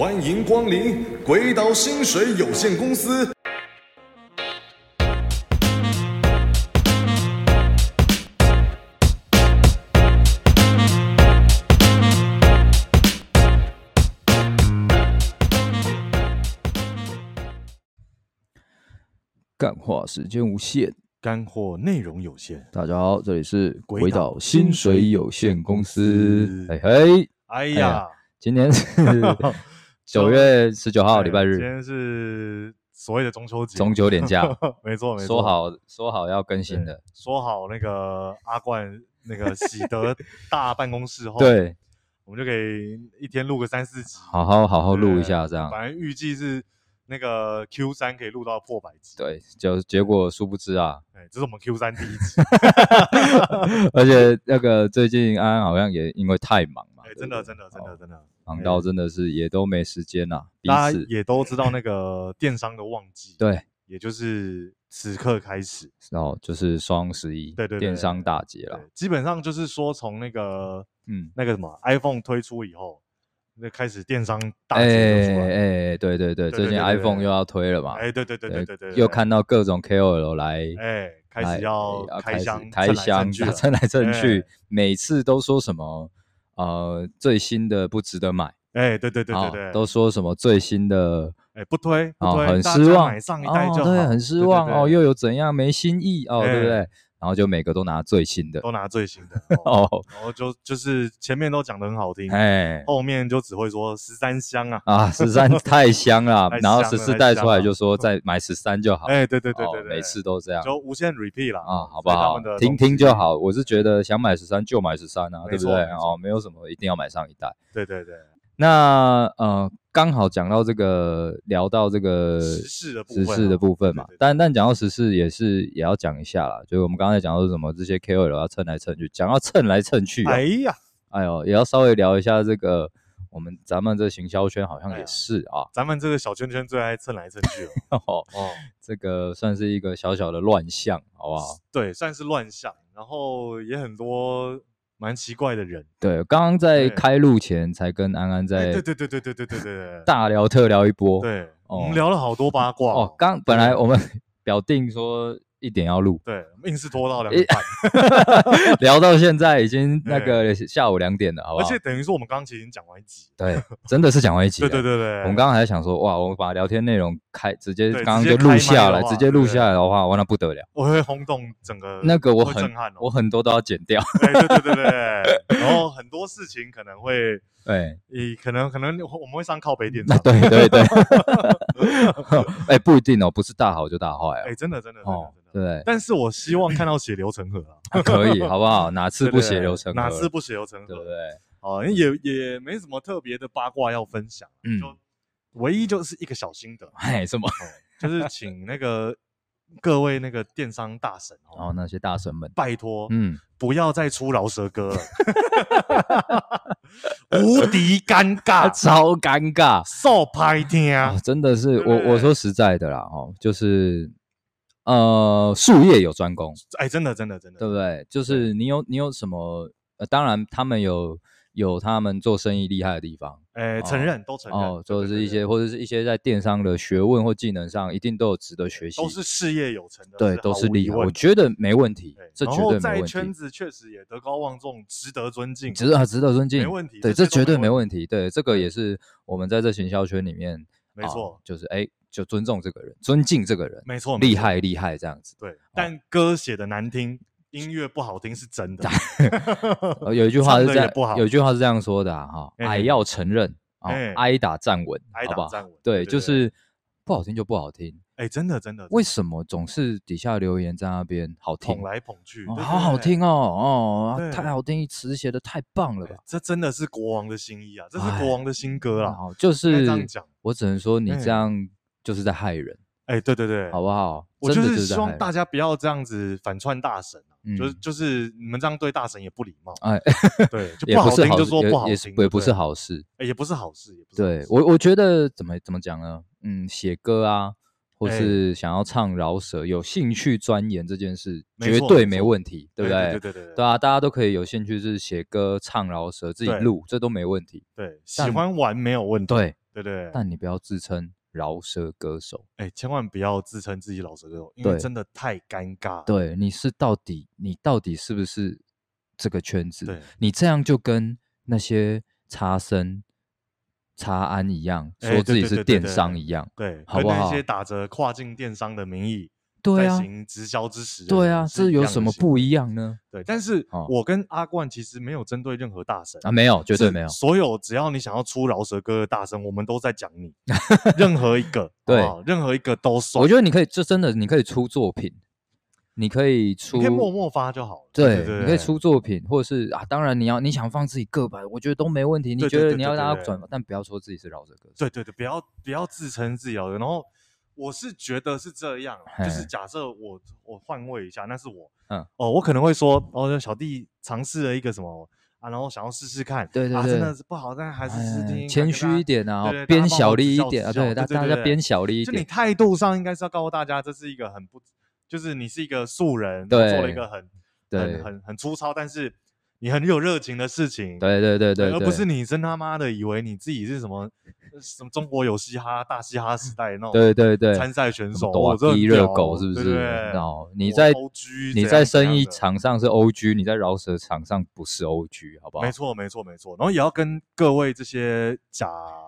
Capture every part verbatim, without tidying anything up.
欢迎光临鬼岛薪水有限公司。 干话时间无限， 干货内容有限。 大家好，这里是鬼鬼岛薪岛薪水水有有限限公公司司。嘿嘿， 哎呀， 今天是九月十九号，礼拜日， 哎今天是所谓的中秋节， 中秋连假， 没错没错， 说好说好要更新的， 说好那个阿冠那个喜得大办公室后， 对， 我们就可以一天录个三四集， 好好好好录一对下，这样， 反正预计是那个 Q 三可以录到破百集， 对，就结果殊不知啊， 哎，这是我们 Q 三第一集， 而且那个最近安安好像也因为太忙嘛， 哎，真的真的真的真的忙到真的是也都没时间啦，彼大家此也都知道那个电商的旺季， 对， 也就是此刻开始， 然后就是双十一， 对对对电商大节啦对，，基本上就是说从那个嗯。 那个什么 iPhone 推出以后，那开始电商大哎节就出来了， 哎，对对对， 对对最近对对 iPhone 对又要推了嘛， 哎，对对对对对对， 又看到各种 K O L 来， 哎，开来始要要开始开箱开箱蹭来蹭去了蹭来蹭去哎， 每次都说什么呃最新的不值得买， 哎，对对对对哦对， 都说什么最新的哎不推不哦推， 很失望， 大家买上一代就好， 哦对，很失望哦， 对对对又有怎样没新意哦，对不对哎？ 然后就每个都拿最新的都拿最新的哦， 哦， 然后就就是前面都讲得很好听， 哎后面就只会说十三香啊， 啊十三太香了太， 然后香了十四代太香了出来就说再买十三就好， 哎，对对对对对， 哦每次都这样。 就无限 repeat 啦啊，好不所以他好们的？ 听东西听就好。我是觉得想买十三就买十三啊，对不对？ 没错没错哦，没有什么一定要买上一代。 对对对， 那呃，刚好讲到这个，聊到这个时事的部分时事的部分嘛对对对对。 但但讲到时事也是也要讲一下啦，就是我们刚才讲到什么这些 K O L 要蹭来蹭去，讲到蹭来蹭去、啊， 哎呀， 哎呦，也要稍微聊一下这个我们咱们这行销圈好像也是啊， 咱们这个小圈圈最爱蹭来蹭去了哦， 哦， 这个算是一个小小的乱象，好不好？ 对，算是乱象，然后也很多蛮奇怪的人， 对，刚刚在对开录前才跟安安哎在对对对对对对对对， 大聊特聊一波。 对， 哦我们聊了好多八卦哦，刚本来我们表定说一点要录， 对，硬是拖到两点半， 聊到现在已经那个下午两点了，好不好？ 而且等于说我们刚刚其实已经讲完一集， 对，真的是讲完一集对了。 对对对， 我们刚刚还想说，哇，我们把聊天内容开直接对刚刚就录直接开麦下来， 的话直接录对下来的话，哇，那不得了。 我会轰动整个那个我很会震撼哦， 我很多都要剪掉。 对对对对对，然后很多事情可能会， 对， 诶，可能可能我们会上靠北电那厂， 对对对，哎，不一定哦，不是大好就大坏哎， 哦。 真的真的真的哦， 真的， 对不对？ 但是我希望看到血流成河啊， 啊可以，好不好？哪次不对对血流成河？ 哪次不血流成河？ 对不对？ 哦，也也没什么特别的八卦要分享， 嗯就唯一就是一个小心得， 哎，什么？ 哦就是请那个各位那个电商大神哦， 然后那些大神们， 拜托， 嗯， 不要再出饶舌歌了，无敌尴尬， 超尴尬。 受拍听哦，真的是对不对我我说实在的啦，哦，就是呃，术业有专攻， 哎，真的真的真的， 对不对？就是你有你有什么，呃，当然他们有有他们做生意厉害的地方， 哎， 哦承认都承认， 哦， 对对对就是一些或者是一些在电商的学问或技能上，一定都有值得学习， 都是事业有成的， 对， 是毫无都是厉害， 疑问的我觉得没问题对， 这绝然后在对没问题。 圈子确实也德高望重，值得尊敬， 值得值得尊敬， 没问题对， 这些都这绝对没问没问题，对，这个也是我们在这行销圈里面，啊没错， 就是哎，就尊重这个人，尊敬这个人， 没错，没错厉害厉害这样子。 对，但歌写的难听，音乐不好听是真的。 呃有一句话是这样唱得也不好， 有一句话是这样说的啊，哈， 哎矮要承认啊哎， 挨打站稳， 挨好不好？ 打站稳， 对，就是不好听就不好听， 哎，真的真的， 为什么总是底下留言在那边好听捧？来捧去， 哦对好好听，哦，哦， 对太好听，词写的太棒了吧对对哎？这真的是国王的新衣啊，这是国王的新歌啦。 哦，就应该是这样讲我只能说你哎这样就是在害人， 哎，对对对， 好不好？ 我真的就是希望在害人大家不要这样子反串大神啊， 嗯就是就是你们这样对大神也不礼貌， 哎， 对，就也不好听不是好事， 就说不好也也是听， 也不是对， 好事。 哎也不是好事，也不是好事， 对我，我觉得怎么怎么讲呢？嗯，写歌啊，或哎是想要唱饶舌，有兴趣钻研这件事， 没绝对错没错没问题，对不对对？ 对对对对啊，大家都可以有兴趣，是写歌、唱饶舌，自己对录，这都没问题。 对，喜但欢玩没有问题， 对， 对对。 但你不要自称饶舌歌手， 哎、欸，千万不要自称自己饶舌歌手，因为真的太尴尬了。 对，你是到底你到底是不是这个圈子？ 对， 你这样就跟那些插生、插安一样， 欸、 说自己是电商一样， 对，对对对对好不好？ 跟那些打着跨境电商的名义。 对啊， 在行直销之时， 对啊，这有什么不一样呢？ 对，但是我跟阿冠其实没有针对任何大神啊，没有，绝对没有。 所有只要你想要出饶舌歌的大神，我们都在讲你，任何一个， 对， 好好任何一个都算。 我觉得你可以，就真的你可以出作品，你可以出， 你可以默默发就好了。 对， 对对对你可以出作品，或者是啊，当然你要你想放自己个版，我觉得都没问题。你觉得你要大家转发，但不要说自己是饶舌歌手。 对对对，不要不要自称自己饶舌，然后。我是觉得是这样，就是假设我我换位一下，那是我，嗯，哦，我可能会说，哦，小弟尝试了一个什么啊，然后想要试试看， 对对对， 啊，真的是不好，但还是试听， 谦虚一点啊，编小力一点啊，对，大家编小力一点， 就你态度上应该是要告诉大家，这是一个很不，就是你是一个素人，做了一个很很很很粗糙，但是。你很有热情的事情， 对对对 对, 對， 而不是你真他妈的以为你自己是什么什么中国有嘻哈大嘻哈时代那种， 对对对， 参赛选手， 短逼热狗是不是？哦，你在你在生意场上是 O G， 你在饶舌场上不是 O G， 好不好？ 没错没错没错，然后也要跟各位这些假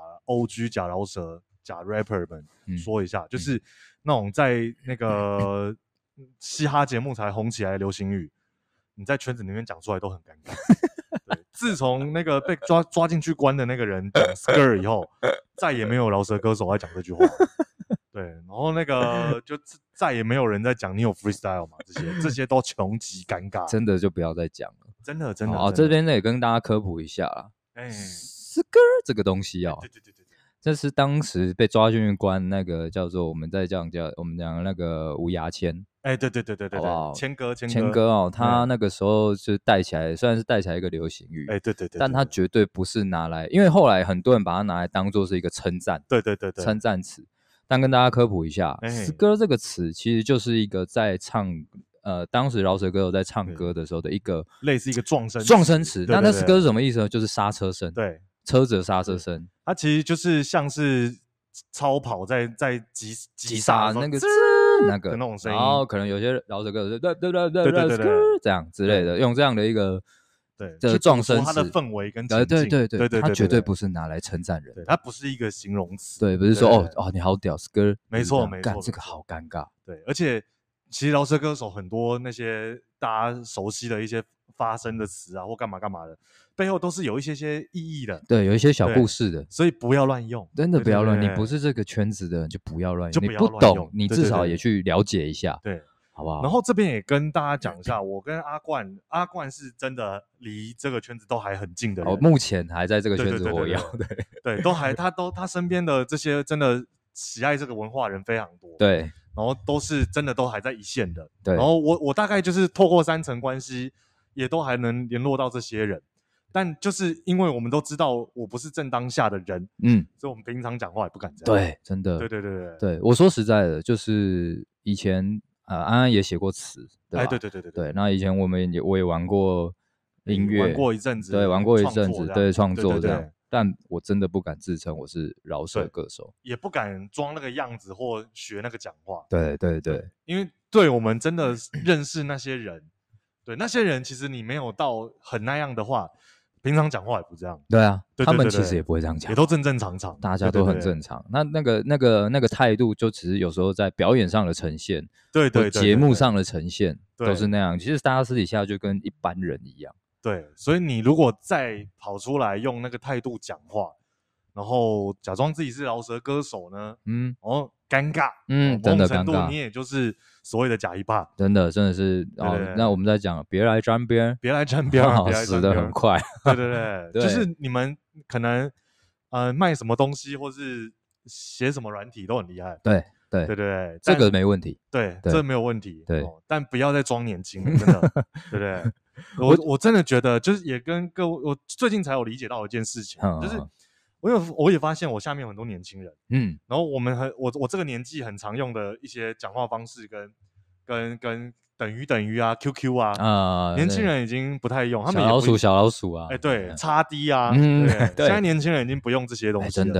O G、假饶舌、假 rapper 们说一下，嗯、就是那种在那个嘻哈节目才红起来的流行语。你在圈子里面讲出来都很尴尬。对，自从那个被抓抓进去关的那个人讲 skr 以后，再也没有饶舌歌手在讲这句话。对，然后那个就再也没有人在讲你有 freestyle 嘛，这些这些都穷极尴尬。 真的就不要再讲了， 真的真的。 哦，这边也跟大家科普一下啦。哎 skr 这个东西哦， 对对对对对， 这是当时被抓进去关那个叫做我们在讲叫我们讲那个吴牙签。 哎、欸，对对对对对， 好不好？ 谦哥，谦哥， 谦哥哦，他那个时候就带起来，虽然是带起来一个流行语， 哎、欸，对对 对, 對， 但他绝对不是拿来，因为后来很多人把它拿来当做是一个称赞， 对对对对， 称赞词。但跟大家科普一下， 欸、 死歌这个词其实就是一个在唱，呃，当时饶舌歌手在唱歌的时候的一个类似一个撞声撞声词。那那死歌是什么意思呢？就是刹车声， 对， 车子的刹车声。 它其实就是像是超跑在在急急刹那个。那个那种声音， 然后可能有些饶舌歌手对对对对对对这样之类的，用这样的一个对这个撞声词， 它的氛围跟对对对对对， 它绝对不是拿来称赞人， 它不是一个形容词， 对，不是说哦哦你好屌 skr， 没错没错， 这个好尴尬， 对，而且其实饶舌歌手很多那些大家熟悉的一些发声的词啊或干嘛干嘛的，背后都是有一些些意义的， 对，有一些小故事的， 所以不要乱用， 真的不要乱，你不是这个圈子的人就不要乱用， 你不懂，你至少也去了解一下， 对， 好不好？ 然后这边也跟大家讲一下，我跟阿冠，阿冠是真的离这个圈子都还很近的人， 哦，目前还在这个圈子活跃， 对对，都还他都他身边的这些真的喜爱这个文化人非常多， 对， 然后都是真的都还在一线的， 对， 然后我我大概就是透过三层关系，也都还能联络到这些人。但就是因为我们都知道我不是正当下的人，嗯，所以我们平常讲话也不敢这样。对，真的。 对对对对对，我说实在的，就是以前呃，安安也写过词，对吧？ 哎，对对对对对。那以前我们也我也玩过音乐， 玩过一阵子， 对，玩过一阵子，对，创作这样。 对对对， 但我真的不敢自称我是饶舌歌手， 也不敢装那个样子或学那个讲话。 对对对， 因为对我们真的认识那些人，对那些人，其实你没有到很那样的话。平常讲话也不这样， 对啊， 对对对对， 他们其实也不会这样讲， 也都正正常常， 大家都很正常。对对对，那那个那个那个态度，就只是有时候在表演上的呈现， 对对， 节目上的呈现都是那样。其实大家私底下就跟一般人一样。 对，所以你如果再跑出来用那个态度讲话，然后假装自己是饶舌歌手呢，嗯，哦，尴尬， 嗯，真的尴尬， 你也就是所谓的假一霸， 真的真的是哦。那我们在讲，别来沾边， 别来沾边，别来死得很快， 对对对，对就是你们可能呃卖什么东西，或是写什么软体都很厉害， 对对对对， 这个没问题， 对，这没有问题， 对， 但不要再装年轻了，真的，对不对？我我真的觉得，就是也跟各位，我最近才有理解到一件事情，就是我有我也发现我下面有很多年轻人，嗯，然后我们很我我这个年纪很常用的一些讲话方式跟跟跟等于等于啊 Q Q 啊啊，年轻人已经不太用，他们小老鼠小老鼠啊， 哎对，叉 D 啊，嗯，对，现在年轻人已经不用这些东西了， 真的。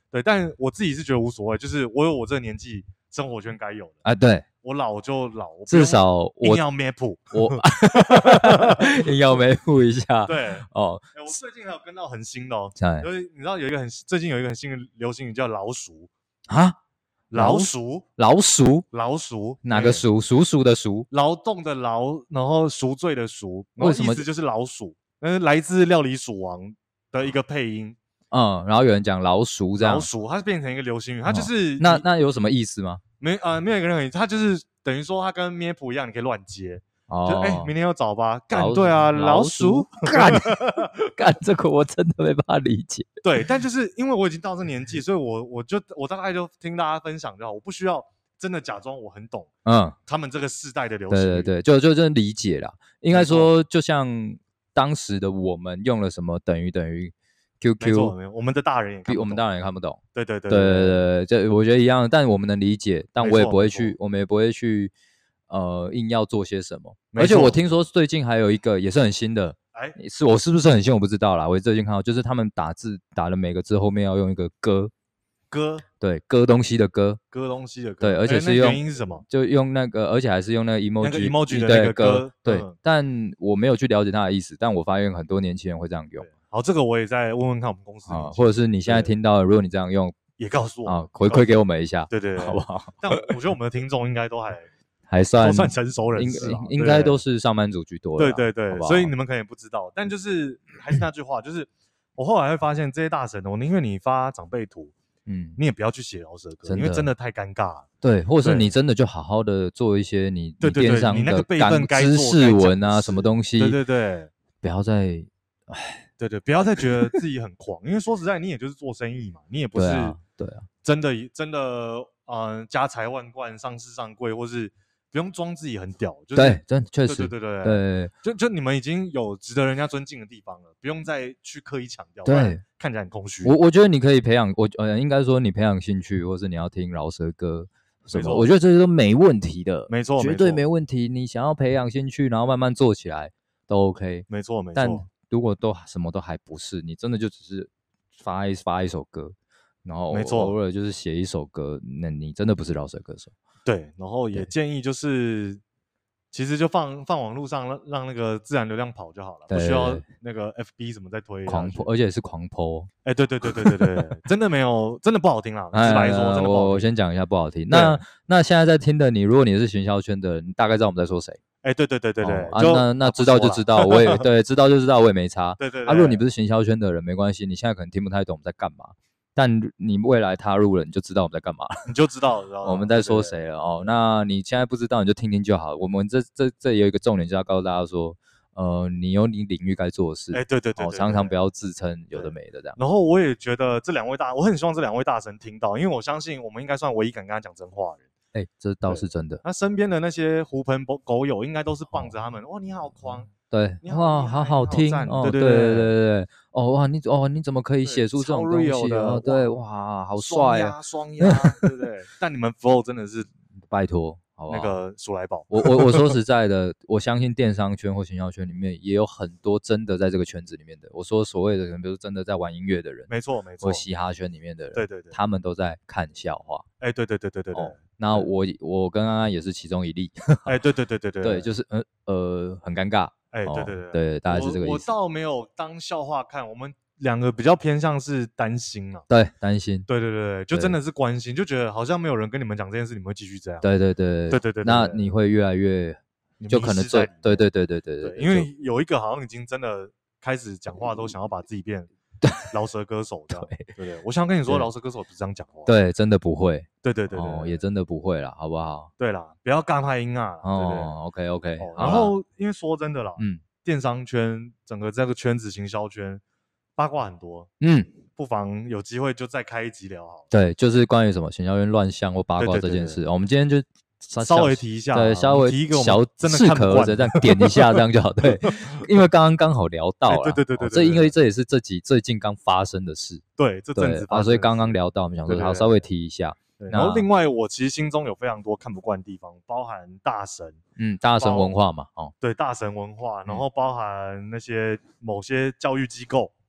对，但我自己是觉得无所谓，就是我有我这个年纪生活圈该有的啊，对， 我老就老， 至少我硬要 map， 我硬要 map 一下。 对， 哦， 欸、我最近还有跟到很新的哦，就是你知道有一个很最近有一个很新的流行语叫老鼠啊， 老鼠老鼠老鼠哪个鼠？鼠鼠的鼠， 劳动的劳，然后赎罪的赎， 为什么意思就是老鼠？那是来自料理鼠王的一个配音。 嗯，然后有人讲老鼠这样， 老鼠它是变成一个流行语，它就是、 哦、那那有什么意思吗？ 没呃没有一个任何意思，它就是等于说它跟咩谱一样，你可以乱接。哦，就哎、欸，明天要找吧？干对啊，老鼠干干这个我真的没办法理解。 对，但就是因为我已经到这年纪，所以我我就我大概就听大家分享就好，我不需要真的假装我很懂。嗯，他们这个世代的流行语， 对对对，就就真理解啦。应该说，就像当时的我们用了什么等于等于 Q Q， 没错没错，我们的大人也看不懂， 我们大人也看不懂。 对对对对对对，这我觉得一样，但我们能理解，但我也不会去，我们也不会去。呃，硬要做些什么？而且我听说最近还有一个也是很新的，哎，是我是不是很新我不知道啦。我最近看到，就是他们打字打的每个字后面要用一个割割， 对，割东西的割， 割东西的割， 对，而且是用、 欸、原因是什么？ 就用那个，而且还是用那个 emoji， 那个 emoji 的那个割， 对、嗯。但我没有去了解它的意思，但我发现很多年轻人会这样用。 好，这个我也在问问看我们公司啊， 或者是你现在听到的，如果你这样用， 也告诉我啊，回馈给我们一下， 对对对， 好不好？ 但我觉得我们的听众应该都还。 还算都算成熟人士， 应该都是上班族居多。 对对对，好好所以你们可能也不知道，但就是还是那句话，就是我后来会发现这些大神，我宁愿你发长辈图，嗯，你也不要去写饶舌歌，因为真的太尴尬了。 对，或者是你真的就好好的做一些你你电商的知识文啊，什么东西， 对对对， 不要再，哎， 对对，不要再觉得自己很狂，因为说实在，你也就是做生意嘛，你也不是对啊， 真的真的嗯家财万贯、上市上柜，或是。不用装自己很屌，就是对，真确实， 对对对对对， 就就你们已经有值得人家尊敬的地方了，不用再去刻意强调， 对， 看起来很空虚。 我我觉得你可以培养，我呃应该说你培养兴趣，或是你要听饶舌歌什么，我觉得这些都没问题的， 没错， 绝对没问题。你想要培养兴趣，然后慢慢做起来都 OK， 没错没错。 但如果都什么都还不是，你真的就只是发一发一首歌，然后没错， 偶尔就是写一首歌，那你真的不是饶舌歌手。 对，然后也建议就是。其实就放放网络上让让那个自然流量跑就好了，不需要那个 F B 什么再推狂泼，而且是狂泼。 哎，对对对对对对，真的没有，真的不好听啦。直白说，真的不好听。 我先讲一下不好听。那那现在在听的你，如果你是行销圈的，你大概知道我们在说谁？ 哎，对对对对对， 啊，那那知道就知道，我也对，知道就知道，我也没差。 对对。 啊，如果你不是行销圈的人，没关系，你现在可能听不太懂我们在干嘛。但你未来踏入了，你就知道我们在干嘛， 你就知道我们在说谁了哦。那你现在不知道，你就听听就好。我们这这这有一个重点，就是要告诉大家说，呃，你有你领域该做的事， 哎，对对对， 哦，常常不要自称有的没的这样。 然后我也觉得这两位大，我很希望这两位大神听到，因为我相信我们应该算唯一敢跟他讲真话的人。 哎，这倒是真的。 他身边的那些狐朋狗友，应该都是傍着他们，哇，你好狂。 对，哇，好好听哦！对对对对对，哦哇，你哦你怎么可以写出这种东西哦？对，哇，好帅啊！ 双压，对不对？但你们 flow 真的是拜托，好不好？那个鼠来宝， 我我我说实在的，我相信电商圈或行销圈里面也有很多真的在这个圈子里面的。我说所谓的可能，比如真的在玩音乐的人， 没错没错， 或嘻哈圈里面的人， 对对对， 他们都在看笑话。 哎，对对对对对对。 那我我跟刚刚也是其中一例。 哎，对对对对对， 对，就是呃呃很尴尬。 哎，对对对对，大概是这个意思。 我倒没有当笑话看，我们两个比较偏向是担心啊。 对，担心。 对对对，就真的是关心，就觉得好像没有人跟你们讲这件事，你们会继续这样。 对对对对对对， 那你会越来越就可能做。对对对对对对， 因为有一个好像已经真的开始讲话都想要把自己变饶舌歌手这样。对对对，我想跟你说，饶舌歌手不是这样讲话。 对，真的不会。 对对对对， 也真的不会啦，好不好？ 对啦，不要尬太音啊。 哦 ，OK OK。 然后因为说真的啦，嗯。电商圈整个这个圈子行销圈八卦很多，嗯，不妨有机会就再开一集聊好了。 对，就是关于什么行销圈乱象或八卦这件事，我们今天就稍微提一下， 对，稍微提一个小真的适可而止，这样点一下，这样就好。对，因为刚刚刚好聊到了， 对对对对， 这因为这也是这集最近刚发生的事， 对，这阵子啊，所以刚刚聊到，我们想说好稍微提一下。 然后另外，我其实心中有非常多看不惯的地方，包含大神， 嗯，大神文化嘛，哦， 对，大神文化，然后包含那些某些教育机构， 嗯，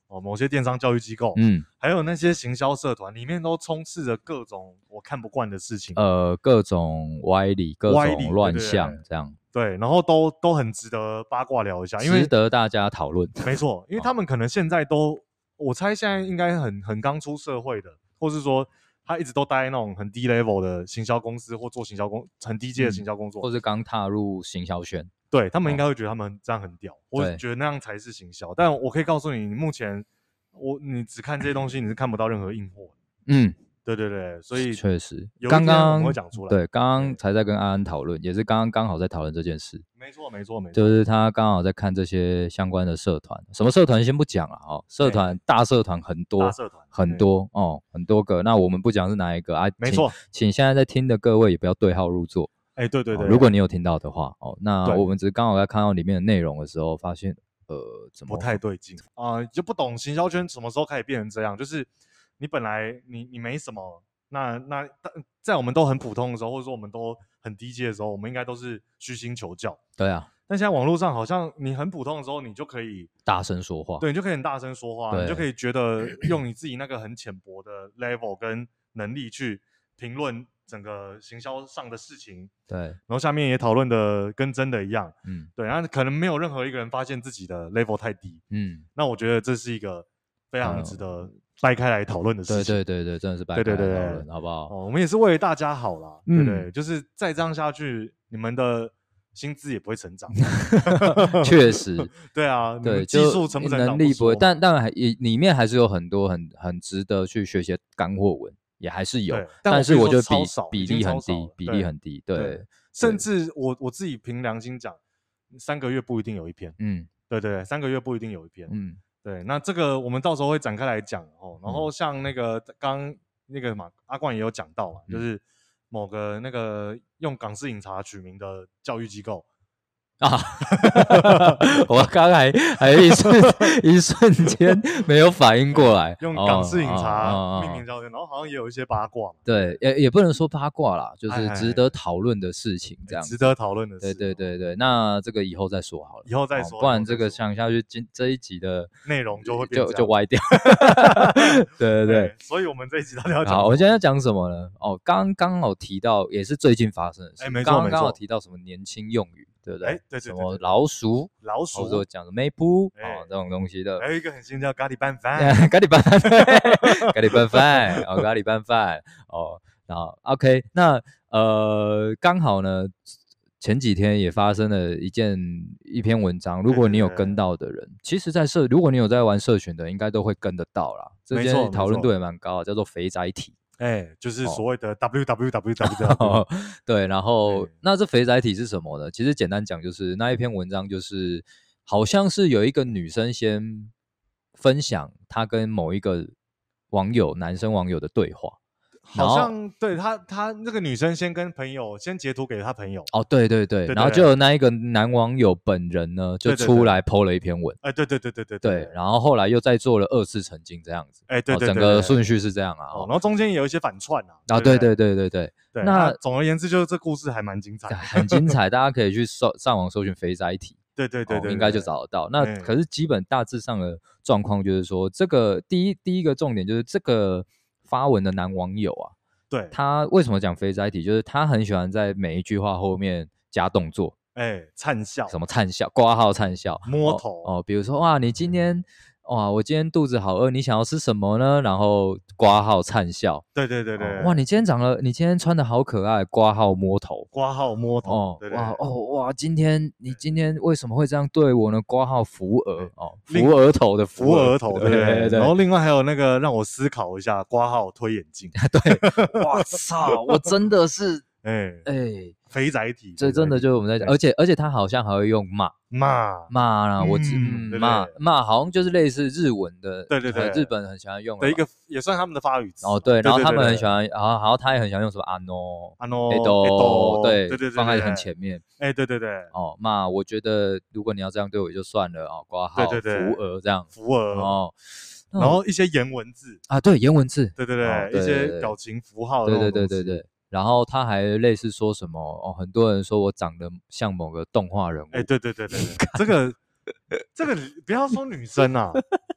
哦，某些电商教育机构，嗯，还有那些行销社团，里面都充斥着各种我看不惯的事情， 呃，各种歪理、各种乱象，这样。 对，然后都都很值得八卦聊一下，因为值得大家讨论。 没错，因为他们可能现在都，我猜现在应该很很刚出社会的，或是说他一直都待那种很低 level 的行销公司，或做行销工很低阶的行销工作， 嗯、或是刚踏入行销圈， 对他们应该会觉得他们这样很屌，我觉得那样才是行销。但我可以告诉你，目前我你只看这些东西，你是看不到任何硬货。嗯。对对对，所以确实， 刚刚会讲出来。 对，刚刚才在跟安安讨论，也是刚刚刚好在讨论这件事。 没错没错没错， 就是他刚好在看这些相关的社团，什么社团先不讲了哦，社团大社团很多， 大社团很多哦，很多个。那我们不讲是哪一个啊？ 没错， 请现在在听的各位也不要对号入座。 哎，对对对， 如果你有听到的话哦，那我们只是刚好在看到里面的内容的时候，发现呃，怎么不太对劲啊？就不懂行销圈什么时候开始变成这样？就是你本来你你没什么。那那在我们都很普通的时候，或者说我们都很低阶的时候，我们应该都是虚心求教。 对啊， 但现在网络上好像你很普通的时候，你就可以大声说话， 对，你就可以很大声说话，你就可以觉得用你自己那个很浅薄的 level 跟能力去评论整个行销上的事情。 对， 然后下面也讨论的跟真的一样。嗯，对，然后可能没有任何一个人发现自己的 level 太低。嗯，那我觉得这是一个非常值得。嗯掰开来讨论的事情， 对对对对，真的是掰开来讨论，好不好？ 哦，我们也是为了大家好啦，嗯、对不对？就是再这样下去，你们的薪资也不会成长。 确实， 对啊， 对， 技术成不成长能力不会，但当然还也里面还是有很多很很值得去学习干货文，也还是有，但是我觉得比比例很低，比例很低，对， 甚至我我自己凭良心讲，三个月不一定有一篇，嗯，对对，三个月不一定有一篇，嗯。对，那这个我们到时候会展开来讲哦。然后像那个刚那个嘛，阿冠也有讲到嘛，嗯、就是某个那个用港式饮茶取名的教育机构啊，我刚还还一瞬一瞬间没有反应过来， 用港式饮茶命名教育，然后好像也有一些八卦嘛。 对，也也不能说八卦啦，就是值得讨论的事情，这样值得讨论的事。 对对对对，那这个以后再说好了， 以后再说， 不然这个想下去，今这一集的内容就会变就就歪掉。对对对， 所以我们这一集到底要讲？ 好，我现在要讲什么呢？哦，刚刚好提到，也是最近发生的事。 哎，没错没错， 刚好提到什么年轻用语。对不对？ 哎，对对对， 什么老鼠、 老鼠， 或者讲的妹扑啊这种东西的， 还有一个很新叫咖喱拌饭， 咖喱拌饭，咖喱拌饭，哦，咖喱拌饭，哦，然后 OK， 那呃，刚好呢，前几天也发生了一件一篇文章，如果你有跟到的人，其实，在社，如果你有在玩社群的，应该都会跟得到啦。这件讨论度也蛮高，叫做肥宅体。 哎，就是所谓的 W W W W， 对，然后那这肥宅体是什么呢？其实简单讲，就是那一篇文章，就是好像是有一个女生先分享她跟某一个网友，男生网友的对话。 好像对他，他那个女生先跟朋友先截图给他朋友哦，对对 对, 对, 对, 对，然后就有那一个男网友本人呢，就出来 po 了一篇文， 哎，对对对对对对，然后后来又再做了二次澄清，这样子， 哎，对对， 整个顺序是这样啊， 哦，然后中间也有一些反串啊， 啊，对对对对对， 那总而言之，就是这故事还蛮精彩， 很精彩，大家可以去搜上网搜寻肥宅体， 对对对对， 应该就找得到。那可是基本大致上的状况就是说，这个第一第一个重点就是这个发文的男网友啊。 对， 他为什么讲肥宅体？就是他很喜欢在每一句话后面加动作， 哎，灿笑， 什么灿笑，挂号灿笑， 摸头哦, 哦，比如说哇，你今天哇，我今天肚子好饿，你想要吃什么呢？然后挂号灿笑， 对对对对， 哦、哇，你今天长了，你今天穿的好可爱，挂号摸头， 挂号摸头， 哦， 对对哇哦哇，今天你今天为什么会这样对我呢？挂号扶额哦，扶额头的扶额头，对对对，然后另外还有那个让我思考一下，挂号推眼镜， 对，哇操，我真的是， 哎哎。肥宅体， 这真的就是我们在讲，而且而且他好像还会用骂骂骂啦，我知骂骂好像就是类似日文的， 对对对， 日本很喜欢用的一个，也算他们的发语词哦，对，然后他们很喜欢，然后然后他也很喜欢用什么阿诺阿诺诶多，对对对， 放在很前面， 哎，对对对， 哦骂，我觉得如果你要这样对我就算了哦，挂号扶额这样， 扶额哦。 然后一些颜文字啊，对颜文字， 对对对，一些表情符号， 对对对对对。然后他还类似说什么哦，很多人说我长得像某个动画人物。 哎，对对对对对，这个这个不要说女生啊，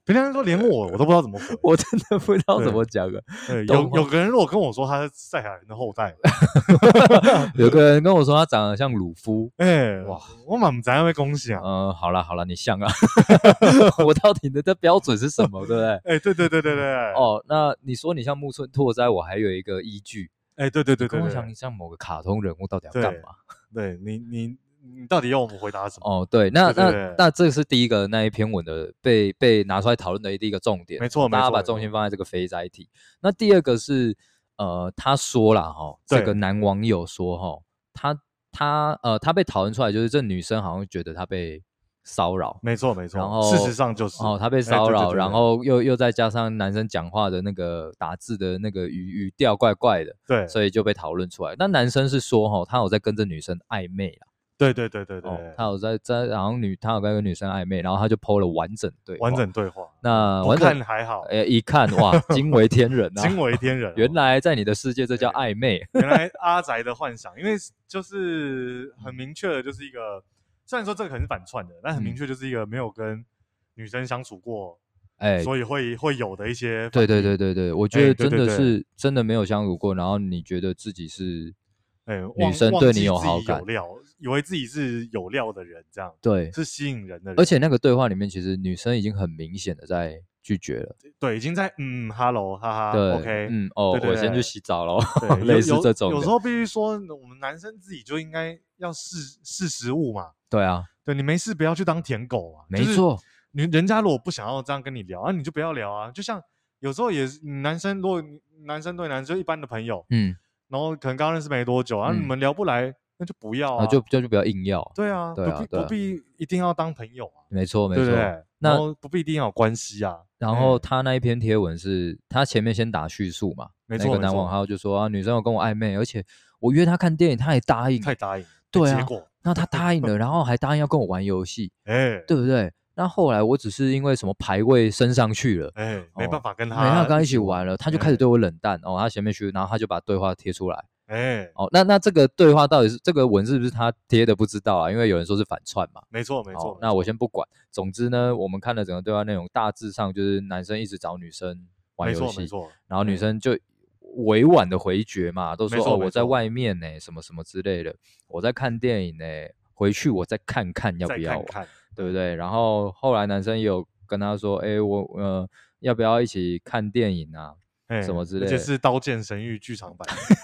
平常说连我我都不知道怎么回， 我真的不知道怎么讲了。 对，有有个人如果跟我说他是赛亚人的后代， 有个人跟我说他长得像鲁夫， 哎、欸，哇，我满不在被恭喜啊。 嗯、呃，好啦好啦，你像啊，我到底的标准是什么，对不对？ 哎、欸，对对对对对。 哦，那你说你像木村拓哉，我还有一个依据。 哎、欸，对对对 对, 对， 跟我想你像某个卡通人物到底要干嘛？ 对, 对你你。你到底要我们回答什么？ 哦，对，那对对对那那这是第一个那一篇文的被被拿出来讨论的第一个重点， 没错， 大家把重心放在这个肥宅体。那第二个是呃，他说了哈，这个男网友说哈，他他呃他被讨论出来，就是这女生好像觉得他被骚扰， 没错没错， 然后事实上就是哦，他被骚扰， 欸、对对对对然后又又再加上男生讲话的那个打字的那个语语调怪怪的， 对， 所以就被讨论出来。那男生是说哈，他有在跟这女生暧昧啦。 对对对对对、哦， 他有在在，好像女他有跟一个女生暧昧，然后他就 po 了完整对话， 完整对话。 那不看还好， 哎、欸，一看哇，惊为天人啊， 惊为天人、哦。 原来在你的世界这叫暧昧， 原来阿宅的幻想，因为就是很明确的，就是一个虽然说这个可能是反串的，但很明确就是一个没有跟女生相处过，哎、欸，所以会会有的一些。 对对对对对，我觉得真的是、欸、 对对对真的没有相处过，然后你觉得自己是。 哎、欸， 女生对你有好感， 有料，以为自己是有料的人，这样对， 是吸引人的人。 而且那个对话里面，其实女生已经很明显的在拒绝了， 对，已经在嗯，hello， 哈哈， 对 ，OK， 嗯，哦， 对对对， 我先去洗澡咯，类似这种的。 有时候必须说，我们男生自己就应该要试试食物嘛。 对啊， 对你没事不要去当舔狗啊， 没错。 你、就是、人家如果不想要这样跟你聊啊，你就不要聊啊。就像有时候也是男生，如果男生对男生就一般的朋友，嗯。然后可能刚认识没多久，然后、嗯啊、你们聊不来，那就不要啊， 就就就不要硬要。 对啊， 对啊， 不必不必一定要当朋友啊。 没错没错， 对對那不必一定要有关系啊。 然後他那一篇貼文是他前面先打敘述嘛， 沒錯， 那個男網號就說啊，女生有跟我曖昧，而且我約他看電影，他也答應， 太答應， 對啊， 結果那他答應了，然後還答應要跟我玩遊戲，哎，對不對？那後來我只是因為什麼排位升上去了， 哎、欸，沒辦法跟他， 沒辦法跟他一起玩了，他就開始對我冷淡、欸、哦，他前面去，然後他就把對話貼出來。哎、欸，哦，那那這個對話到底是這個文是不是他貼的不知道啊？因為有人說是反串嘛。 沒錯沒錯、 哦。那我先不管，總之呢，我們看了整個對話內容，大致上就是男生一直找女生玩遊戲， 沒錯沒錯， 然後女生就委婉的回絕嘛，都說哦我在外面呢、欸，什麼什麼之類的，我在看電影呢、欸，回去我再看看要不要， 看看對不對？然後後來男生也有跟他說，哎、欸，我呃要不要一起看電影啊？欸、什麼之類的， 而且是《刀劍神域》劇場版，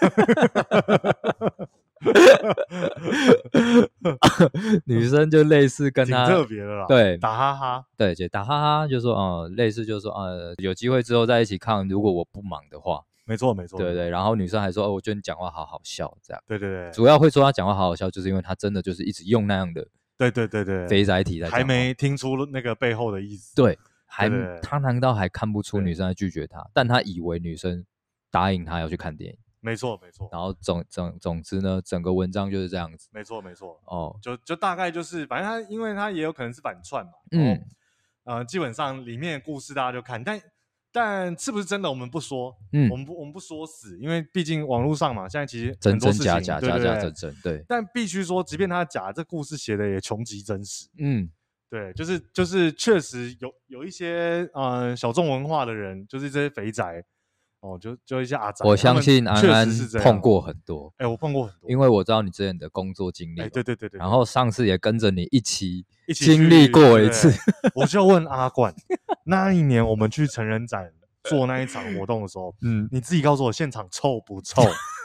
女生就類似跟他挺特別的啦， 對， 打哈哈， 對，就打哈哈，就說哦、嗯，類似就說呃，有機會之後再一起看，如果我不忙的話， 沒錯沒錯， 對對，然後女生還說哦，我覺得你講話好好笑，這樣， 對對對， 主要會說他講話好好笑，就是因為他真的就是一直用那樣的， 對對對對， 肥宅體在講話， 還沒聽出那個背後的意思， 對。還對對對他難道還看不出女生在拒絕他？但他以為女生答應他要去看電影。 沒錯沒錯。 然後總總總之呢，整個文章就是這樣子。 沒錯沒錯。 哦， 就就大概就是，反正他因為他也有可能是反串嘛。 嗯。 呃，基本上裡面的故事大家就看，但但是不是真的我們不說。 嗯。 我們不我們不說死，因為畢竟網絡上嘛，現在其實很多事情真真假假， 對對對假假真真，對。 但必須說，即便他假，這故事寫的也窮極真實。 嗯。 對，就是就是確實有有一些呃小眾文化的人，就是這些肥宅哦，就就一些阿宅， 我相信安安碰過很多， 哎，我碰過很多， 因為我知道你之前的工作經歷， 哎，對對對對， 然後上次也跟着你一起經歷過一次， 我就問阿冠，那一年我們去成人展做那一場活動的時候，嗯，你自己告訴我現場臭不臭？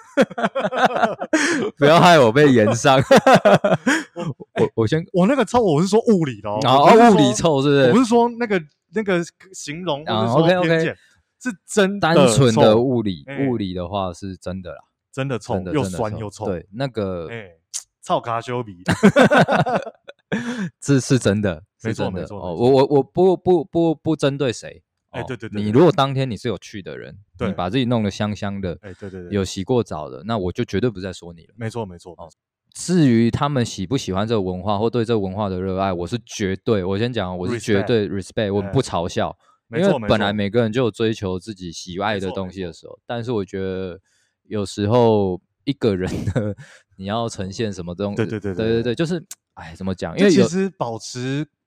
不要害我被炎上。我我先， 我那個臭，我是說物理的哦， 哦，物理臭是不是？ 我不是說那個那個形容， 啊 ，OK OK， 是真的單純的物理，物理的話是真的啦， 真的臭，又酸又臭。 對，那個， 哎，臭卡修比， 這是真的， 沒錯沒錯。 哦，我我我不不不不針對誰。 哎，對對對， 你如果當天你是有去的人， 對， 你把自己弄得香香的， 哎，對對對， 有洗過澡的，那我就絕對不再說你了。 沒錯沒錯。 哦，至於他們喜不喜歡這個文化或對這個文化的熱愛，我是絕對，我先講，我是絕對 respect， 我們不嘲笑，因為本來每個人就有追求自己喜愛的東西的時候，但是我覺得有時候一個人的你要呈現什麼東西， 對對對對對對，就是，哎，怎麼講？因為其實保持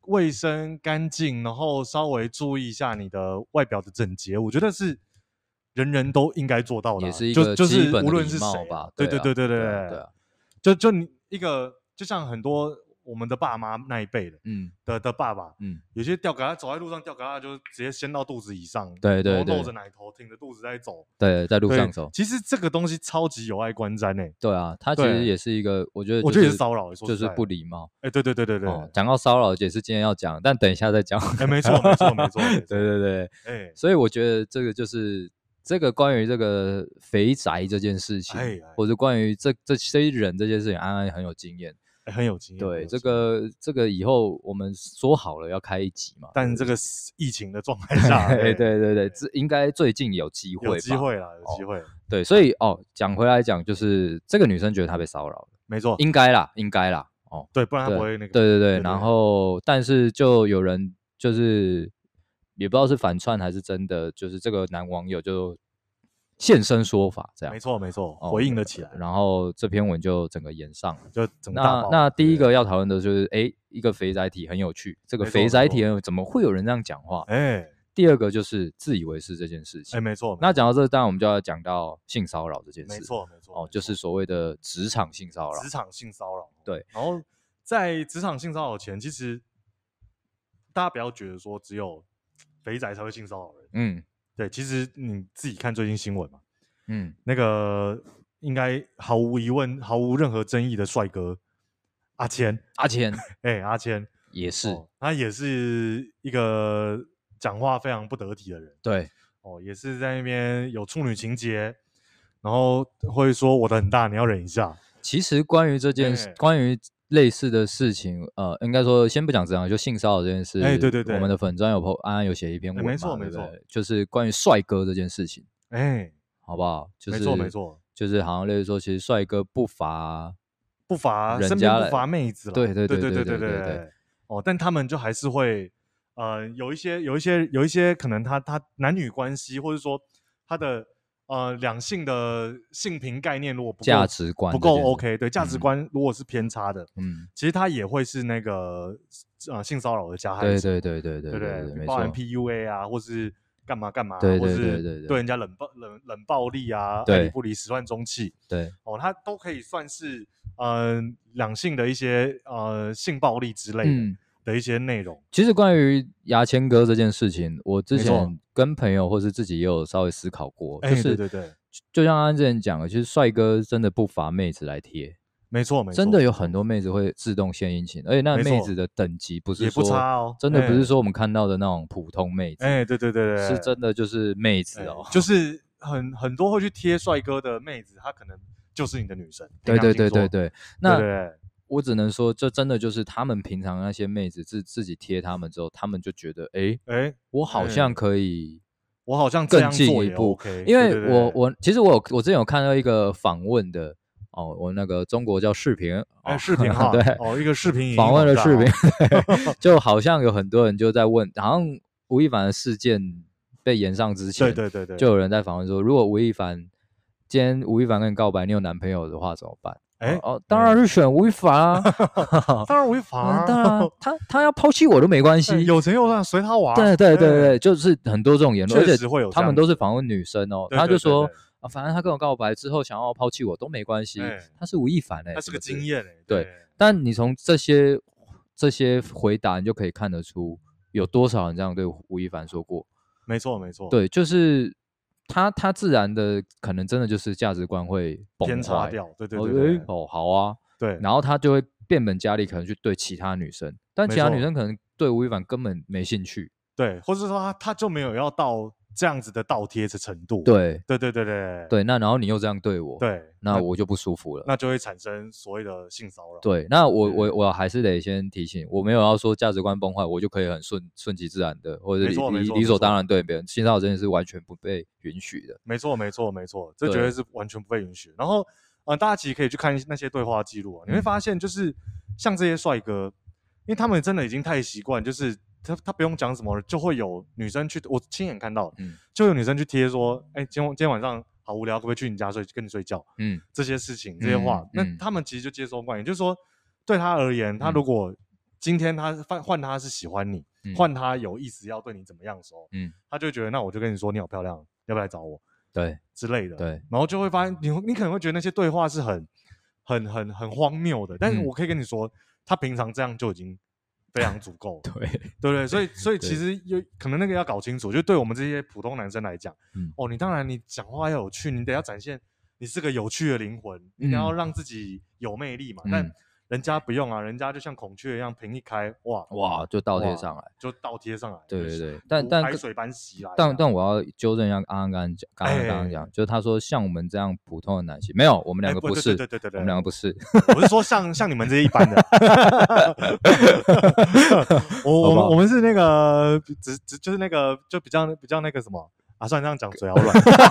卫生干净，然后稍微注意一下你的外表的整洁，我觉得是人人都应该做到的、啊， 也是一个基本的礼貌吧。 对对对对对对对，就就你一个，就像很多我们的爸妈那一辈的，嗯的的爸爸，嗯，有些吊嘎走在路上吊嘎就直接掀到肚子以上， 对对对， 然后露着奶头，挺着肚子在走， 对，在路上走。 其实这个东西超级有碍观瞻诶、欸。 对啊，它其实也是一个，我觉得、就是、 我觉得也是骚扰， 就是不礼貌。 哎、欸，对对对对对，哦、 讲到骚扰也是今天要讲，但等一下再讲。 哎、欸，没错没错没错，对对对，哎、欸，所以我觉得这个就是这个关于这个肥宅这件事情，欸、或者关于这这些人这件事情，安安很有经验。 欸、很有经验， 对这个这个以后我们说好了要开一集嘛， 但这个疫情的状态下， 对对对对，这应该最近有机会吧， 有机会啦，有机会。哦、 对，所以哦，讲回来讲，就是这个女生觉得她被骚扰了， 没错， 应该啦，应该啦，哦， 对，不然她不会那个， 对对 对, 对，然后但是就有人就是也不知道是反串还是真的，就是这个男网友就现身说法，这样没错没错，回应了起来、 哦，然后这篇文就整个炎上了， 就整个大爆。 那那第一个要讨论的就是，哎，一个肥宅体很有趣，这个肥宅体怎么会有人这样讲话？哎，第二个就是自以为是这件事情， 哎，没错。 那讲到这，当然我们就要讲到性骚扰这件事， 没错没错， 哦，就是所谓的职场性骚扰， 职场性骚扰， 对。 然后在职场性骚扰前，其实大家不要觉得说只有肥宅才会性骚扰人，嗯，对，其实你自己看最近新闻嘛。嗯，那个应该毫无疑问、毫无任何争议的帅哥阿谦， 阿谦， 哎、欸，阿谦也是、哦， 他也是一个讲话非常不得体的人， 对， 哦，也是在那边有处女情节，然后会说我的很大，你要忍一下。 其实关于这件事，欸、关于类似的事情，呃，应该说先不讲这样，就性骚扰这件事，哎、 欸，对对对， 我们的粉专有 po 安安有写一篇文嘛、欸， 没错没错， 就是关于帅哥这件事情， 哎、欸。 好不好？就是没错没错， 就是好像类似说，其实帅哥不乏不乏身边不乏妹子了， 对对对对对对对对对。哦，但他们就还是会呃有一些有一些有一些可能他他男女关系，或者说他的呃两性的性平概念如果不够价值观不够 OK， 对价值观如果是偏差的，嗯，其实他也会是那个呃性骚扰的加害者， 对对对对对对对对， 包含 P U A 啊，或是。干嘛干嘛， 对或是对人家冷暴冷冷暴力啊，爱理不理，始乱终弃， 对哦，它都可以算是呃两性的一些呃性暴力之类的、嗯、的一些内容。 其实关于牙签哥这件事情，我之前跟朋友或是自己也有稍微思考过，就是、 欸、对对对， 就像安安之前讲的，其实帅哥真的不乏妹子来贴。 没错，没错， 真的有很多妹子会自动献殷勤，而且那妹子的等级不是说也不差哦， 真的不是说我们看到的那种普通妹子， 哎、欸，对对对对， 是真的就是妹子哦， 欸、就是很很多会去贴帅哥的妹子，她可能就是你的女神。 对对对对对，那对对对我只能说，这真的就是他们平常那些妹子自自己贴他们之后，他们就觉得，哎、欸、哎、欸，我好像可以， 我好像更进一步， OK, 因为我对对对我其实我有我之前有看到一个访问的。哦，我那个中国叫视频， 哎、哦，视频哈， 对， 哦，一个视频访问的视频，就好像有很多人就在问，好像吴亦凡的事件被延上之前， 对对对对， 就有人在访问说，如果吴亦凡今天吴亦凡跟你告白，你有男朋友的话怎么办？哎、哦，当然是选吴亦凡啊， 当然吴亦凡、啊， 当然他他要抛弃我都没关系， 有钱有赚随他玩， 对对对对，就是很多这种言论， 确实会有， 他们都是访问女生哦， 对对对对他就说。啊，反正他跟我告白之后想要抛弃我都没关系，欸、他是吴亦凡哎、欸， 他是个经验哎、欸， 对。但你从这些这些回答，你就可以看得出有多少人这样对吴亦凡说过。 没错没错， 对，就是他他自然的可能真的就是价值观会崩偏差掉，对对对对， 对，哦好啊， 对， 然后他就会变本加厉，可能去对其他女生，但其他女生可能对吴亦凡根本没兴趣， 对，或者说他他就没有要到。这样子的倒贴的程度， 对对对对对对，那然后你又这样对我， 对， 那我就不舒服了， 那就会产生所谓的性骚扰。 对，那我我我还是得先提醒，我没有要说价值观崩坏，我就可以很顺顺其自然的，或者理理理所当然对别人性骚扰这件事完全不被允许的。 没错没错没错，这绝对是完全不被允许。然后呃，大家其实可以去看那些对话记录啊，你会发现就是像这些帅哥，因为他们真的已经太习惯，就是。他他不用讲什么，就会有女生去，我亲眼看到，嗯，就有女生去贴说，哎、欸，今天今天晚上好无聊，可不可以去你家睡，跟你睡觉？嗯，这些事情，这些话，嗯、那他们其实就接收惯，也就是说，对他而言，他如果今天他换他是喜欢你，换、嗯、他有意思要对你怎么样的时候，嗯，他就会觉得那我就跟你说你好漂亮，要不要来找我？ 对之类的， 对， 然后就会发现你你可能会觉得那些对话是很很很很荒谬的，但是我可以跟你说，嗯、他平常这样就已经非常足够了， 对对对，所以所以其实有可能那个要搞清楚，就对我们这些普通男生来讲，嗯、哦，你当然你讲话要有趣，你得要展现你是个有趣的灵魂，你得要让自己有魅力嘛，嗯、但人家不用啊，人家就像孔雀一样屏一开，哇哇就倒贴上来， 就倒贴上来， 对对对，但但海水般袭来。 但但我要纠正一下刚刚刚刚讲，刚刚刚刚讲，就是他说像我们这样普通的男性，没有，我们两个不是， 对对对对， 我们两个不是， 我是说像像你们这些一般的，我我们我们是那个只只就是那个就比较比较那个什么。啊，算这样讲嘴好软，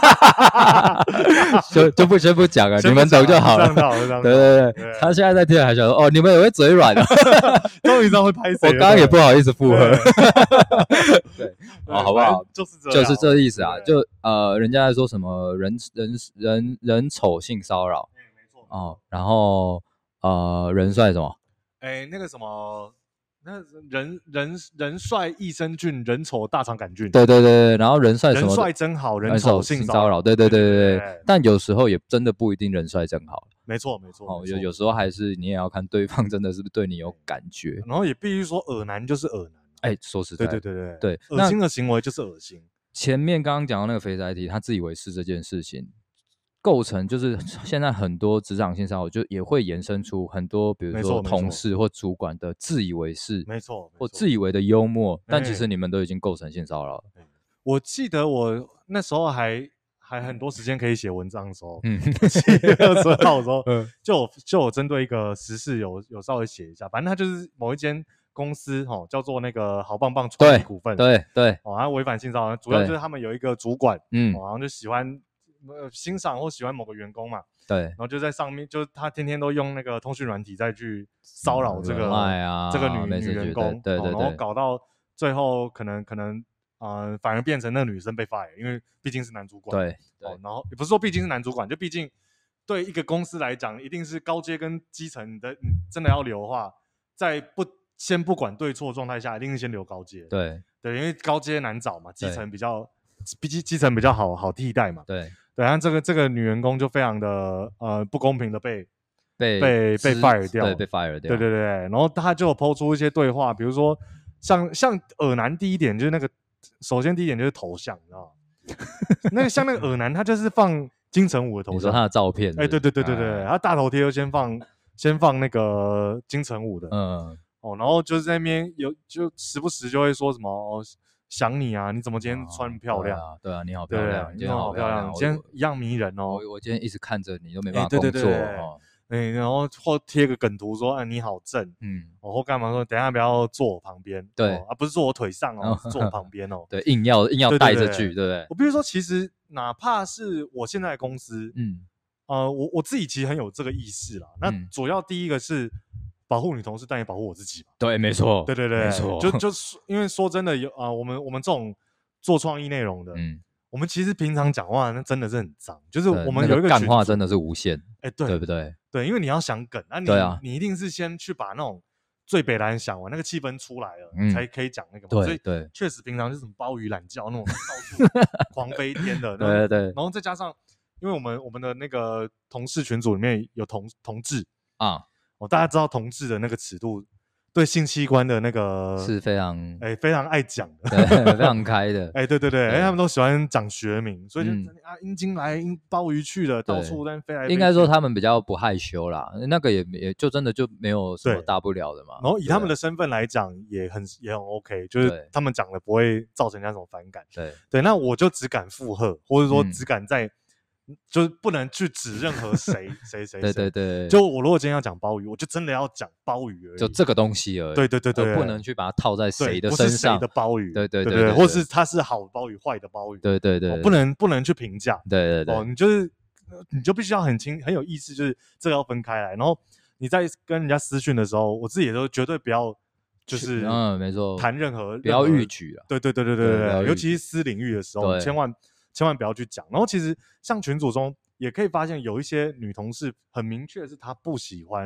就就不先不讲了，你们懂就好了。对对对，他现在在听还想说，哦，你们也会嘴软啊， 终于知道会拍谁。 我刚刚也不好意思附和。对，哦，好不好？ 就是这， 就是这意思啊。就呃，人家在说什么人人人人丑性骚扰， 没错哦，然后呃，人帅什么？ 哎，那个什么。那人人人帅益生菌，人丑大肠杆菌。 对对对，然后人帅什么？ 人帅真好，人丑性骚扰。 对对对对对。但有时候也真的不一定人帅真好。 没错没错。 哦，有有时候还是你也要看对方真的是不是对你有感觉。 然后也必须说，恶男就是恶男。 哎，说实在， 对对对对对，恶心的行为就是恶心。 前面刚刚讲到那个肥宅 T， 他自以为是这件事情。构成就是现在很多职场性骚扰，就也会延伸出很多，比如说同事或主管的自以为是， 没错， 或自以为的幽默，但其实你们都已经构成性骚扰了。 我记得我那时候还还很多时间可以写文章的时候，嗯，七月二十号的时候，嗯，就有就有针对一个时事有有稍微写一下，反正他就是某一间公司哦，叫做那个好棒棒创意股份， 对对， 哦，他违反性骚扰，主要就是他们有一个主管，嗯，然后就喜欢。呃，欣赏或喜欢某个员工嘛， 对， 然后就在上面，就是他天天都用那个通讯软体再去骚扰这个、 啊、 这个女女员工， 对 对, 对、 哦，然后搞到最后可能可能呃，反而变成那个女生被 fire， 因为毕竟是男主管， 对对、 哦，然后也不是说毕竟是男主管，就毕竟对一个公司来讲，一定是高阶跟基层的，你真的要留的话，在不先不管对错状态下，一定是先留高阶， 对对，因为高阶难找嘛，基层比较比基基层比较好好替代嘛， 对。 对，然后这个这个女员工就非常的呃不公平的被被被被 fire 掉， 对，被 fire 掉， 对对对，然后他就有抛出一些对话，比如说像像耳男第一点就是那个，首先第一点就是头像，你知道吗？那个像那个耳男，他就是放金城武的头像， 你说他的照片是不是， 哎，对对对对对，他大头贴就先放先放那个金城武的，嗯，哦，然后就是在那边有就时不时就会说什么。哦想你啊！你怎么今天穿漂亮？ 啊对啊，你好漂亮，你今天好漂亮， 你今天一样迷人哦。 我我今天一直看着你都没办法工作哦。 哎，然后或贴个梗图说，啊你好正，嗯，或干嘛说，等一下不要坐我旁边， 对啊，不是坐我腿上哦，是坐我旁边哦。 对，硬要硬要带着句，对不对？ 我比如说，其实哪怕是我现在的公司，嗯，呃，我我自己其实很有这个意识啦。那主要第一个是。保护女同事，但也保护我自己嘛。 对，没错。 对对对， 没错。 就就是因为说真的，有啊、呃，我们我们这种做创意内容的，嗯，我们其实平常讲话那真的是很脏，就是我们有一个干话真的是无限， 哎、欸，对， 对不对？ 对，因为你要想梗，那、啊、你对啊， 你一定是先去把那种最北蓝想完，那个气氛出来了，嗯、才可以讲那个嘛。 对所以对， 确实平常就是什么鲍鱼懒觉那种到处狂飞天的， 对对对， 然后再加上，因为我们我们的那个同事群组里面有同同志啊。哦，大家知道同志的那个尺度，对性器官的那个是非常哎、欸、非常爱讲的， 对，非常开的， 哎、欸、对对对，哎、欸、他们都喜欢讲学名，所以就、嗯、啊阴茎来阴鲍鱼去的，到处在飞来飞去。 应该说他们比较不害羞啦，那个也也就真的就没有什么大不了的嘛。 然后以他们的身份来讲，也很也很 OK， 就是他们讲的不会造成人家什么反感。 对对，那我就只敢附和，或者说只敢在。嗯就是不能去指任何谁谁谁， 对对对。 就我如果今天要讲鲍鱼，我就真的要讲鲍鱼而已， 就这个东西而已。 对对对对， 不能去把它套在谁的身上，不是谁的鲍鱼， 对对对对，或是它是好鲍鱼、坏的鲍鱼， 对对对， 不能不能去评价， 对对对， 哦，你就是你就必须要很清很有意识，就是这个要分开来，然后你在跟人家私讯的时候，我自己也都绝对不要。就是嗯，没错， 谈任何不要逾矩啊， 对对对对对对，尤其是私领域的时候，千万千万不要去讲。然后其实像群组中也可以发现，有一些女同事很明确是她不喜欢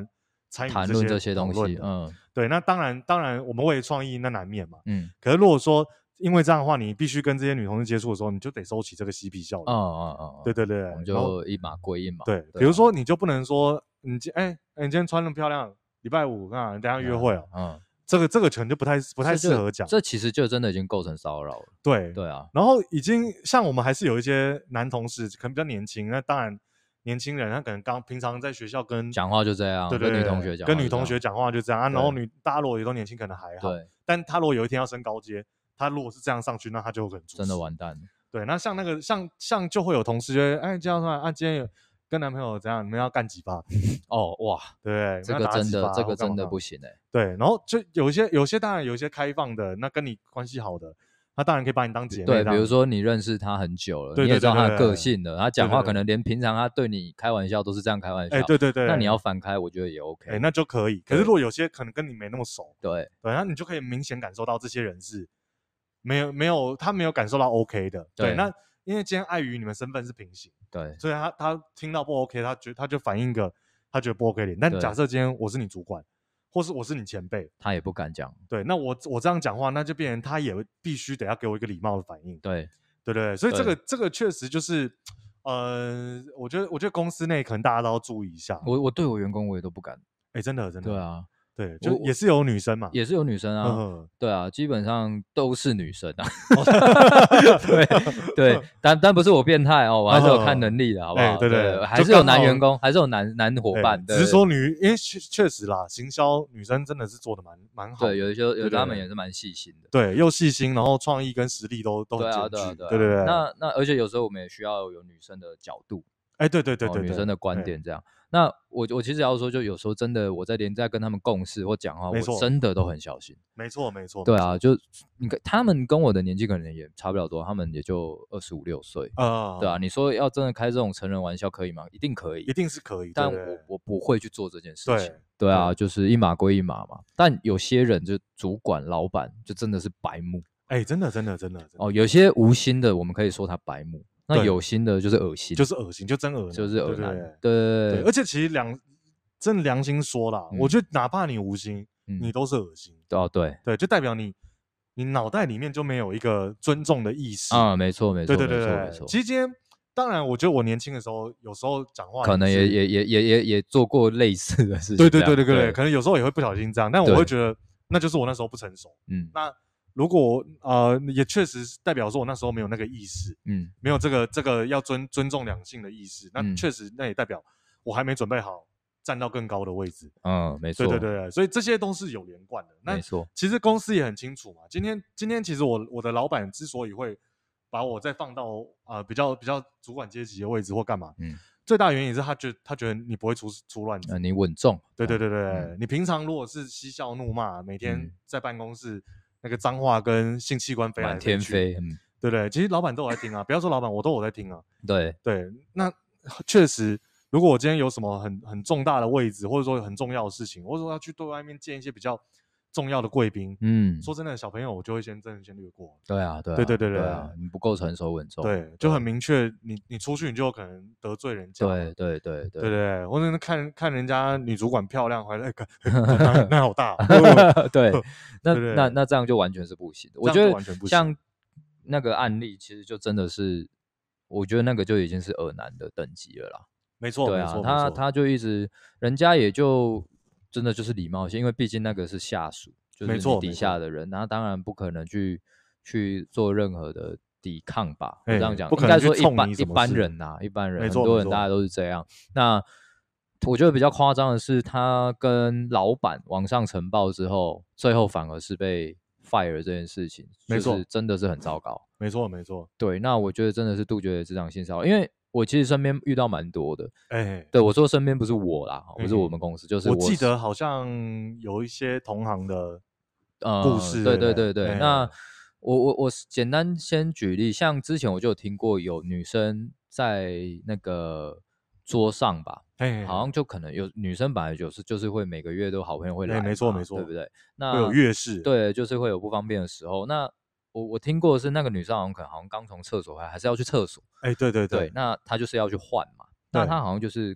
参与谈论这些东西，嗯， 对，那当然当然我们为创意那难免嘛， 嗯， 可是如果说因为这样的话，你必须跟这些女同事接触的时候，你就得收起这个嬉皮笑脸， 哦哦哦， 对对对， 我们就一码归一码， 对，比如说你就不能说你今哎哎你今天穿那么漂亮，礼拜五啊，等下约会哦，嗯。这个这个可能就不太不太适合讲， 这其实就真的已经构成骚扰了。 对对啊， 然后已经像我们还是有一些男同事可能比较年轻，那当然年轻人他可能刚平常在学校跟讲话就这样， 对对跟女同学讲， 跟女同学讲话就这样啊。然后女大家如果也都年轻，可能还好， 对。 但他如果有一天要升高阶，他如果是这样上去，那他就可能真的完蛋。 对，那像那个像像就会有同事觉得，哎，这样说啊，今天有。跟男朋友怎样？你们要干几发？ 哦哇， 对， 这个真的，这个真的不行哎、欸。 对，然后就有一些，有些当然有一些开放的，那跟你关系好的，他当然可以把你当姐妹。 对，比如说你认识他很久了， 对对对对对， 你也知道他的个性了，他讲话可能连平常他对你开玩笑都是这样开玩笑。 哎，对对对， 那你要反开，我觉得也 OK。 哎，那就可以。可是如果有些可能跟你没那么熟， 对对，那你就可以明显感受到这些人是没有没有他没有感受到 OK 的。对，那。因为今天碍于你们身份是平行， 对， 所以他他听到不 OK， 他觉他就反映一个他觉得不 OK 的。但假设今天我是你主管，或是我是你前辈， 他也不敢讲。 对，那我我这样讲话，那就变成他也必须得要给我一个礼貌的反应。 对， 对对对，所以这个这个确实就是，呃，我觉得我觉得公司内可能大家都要注意一下。 我我对我员工我也都不敢。 哎，真的真的。 对啊。 对，就也是有女生嘛， 也是有女生啊，嗯、对啊，基本上都是女生啊，对对，但但不是我变态哦，我还是有看能力的，好不好？ 对对对， 还是有男员工，还是有男男伙伴， 只是说女，因为确确实啦，行销女生真的是做的蛮蛮好， 对，有一些有他们也是蛮细心的， 对，又细心，然后创意跟实力都都很兼具，对对对。 那那而且有时候我们也需要有女生的角度， 哎，对对对对， 女生的观点这样。那我我其实要说，就有时候真的我在连在跟他们共事或讲话，我真的都很小心。 没错没错。 对啊，就你看他们跟我的年纪可能也差不了多，他们也就二十五六岁啊。对啊，你说要真的开这种成人玩笑可以吗？一定可以， 一定是可以。 但我我不会去做这件事情。对啊，就是一码归一码嘛。但有些人就主管、老板就真的是白目。 哎，真的真的真的哦，有些无心的，我们可以说他白目。那有心的就是恶心， 就是恶心，就真恶， 就是恶男。 对对对， 而且其实良真良心说啦，我觉得哪怕你无心，你都是恶心。 哦，对对，就代表你你脑袋里面就没有一个尊重的意识啊。没错没错， 对对对没错。 其实今天当然，我觉得我年轻的时候，有时候讲话可能也也也也也也做过类似的事情。 对对对对对，可能有时候也会不小心这样，但我会觉得那就是我那时候不成熟。 嗯， 那。如果呃也确实代表说我那时候没有那个意识，嗯，没有这个这个要尊尊重两性的意识，那确实那也代表我还没准备好站到更高的位置。 嗯，没错， 对对对，所以这些都是有连贯的。 没错， 其实公司也很清楚嘛。今天今天其实我我的老板之所以会把我再放到啊、呃、比较比较主管阶级的位置或干嘛，嗯，最大原因是他觉他觉得你不会出出乱子， 呃，你稳重。 对对对对，嗯、你平常如果是嬉笑怒骂，每天在办公室。那个脏话跟性器官飞来满天飞， 嗯，对不对？其实老板都有在听啊，不要说老板，我都有在听啊。 对对，那确实，如果我今天有什么很很重大的位置，或者说很重要的事情，或者说要去对外面见一些比较重要的贵宾，嗯，说真的，小朋友我就会先真的先略过。 对啊，对啊， 对对对对啊，你不够成熟稳重， 对，就很明确，你你出去你就有可能得罪人家， 对对对对对，或者看看人家女主管漂亮，回来看那好大， 对，那那那这样就完全是不行的。我觉得像那个案例，其实就真的是，我觉得那个就已经是恶男的等级了啦。 没错， 对啊，他他就一直，人家也就真的就是礼貌性，因为毕竟那个是下属，就是你底下的人，然后当然不可能去去做任何的抵抗吧。我这样讲，应该说一般一般人呐，一般人，很多人大家都是这样。那我觉得比较夸张的是，他跟老板往上呈报之后，最后反而是被 fire 这件事情， 没错， 就是真的是很糟糕。 没错，没错。 对，那我觉得真的是杜绝职场性骚扰，因为我其实身边遇到蛮多的。 哎、欸， 对，我说身边不是我啦，不是我们公司，就是我, 我记得好像有一些同行的故事。 呃、对对对对，欸、那我我我简单先举例，像之前我就有听过有女生在那个桌上吧。 欸、 好像就可能有女生本来就是就是会每个月都好朋友会来、欸， 没错没错， 对不对？那会有月事， 对，就是会有不方便的时候。那我我听过的是那个女生好像可能好像刚从厕所回来，还是要去厕所。 哎、欸，对对对, 对，那她就是要去换嘛。那她好像就是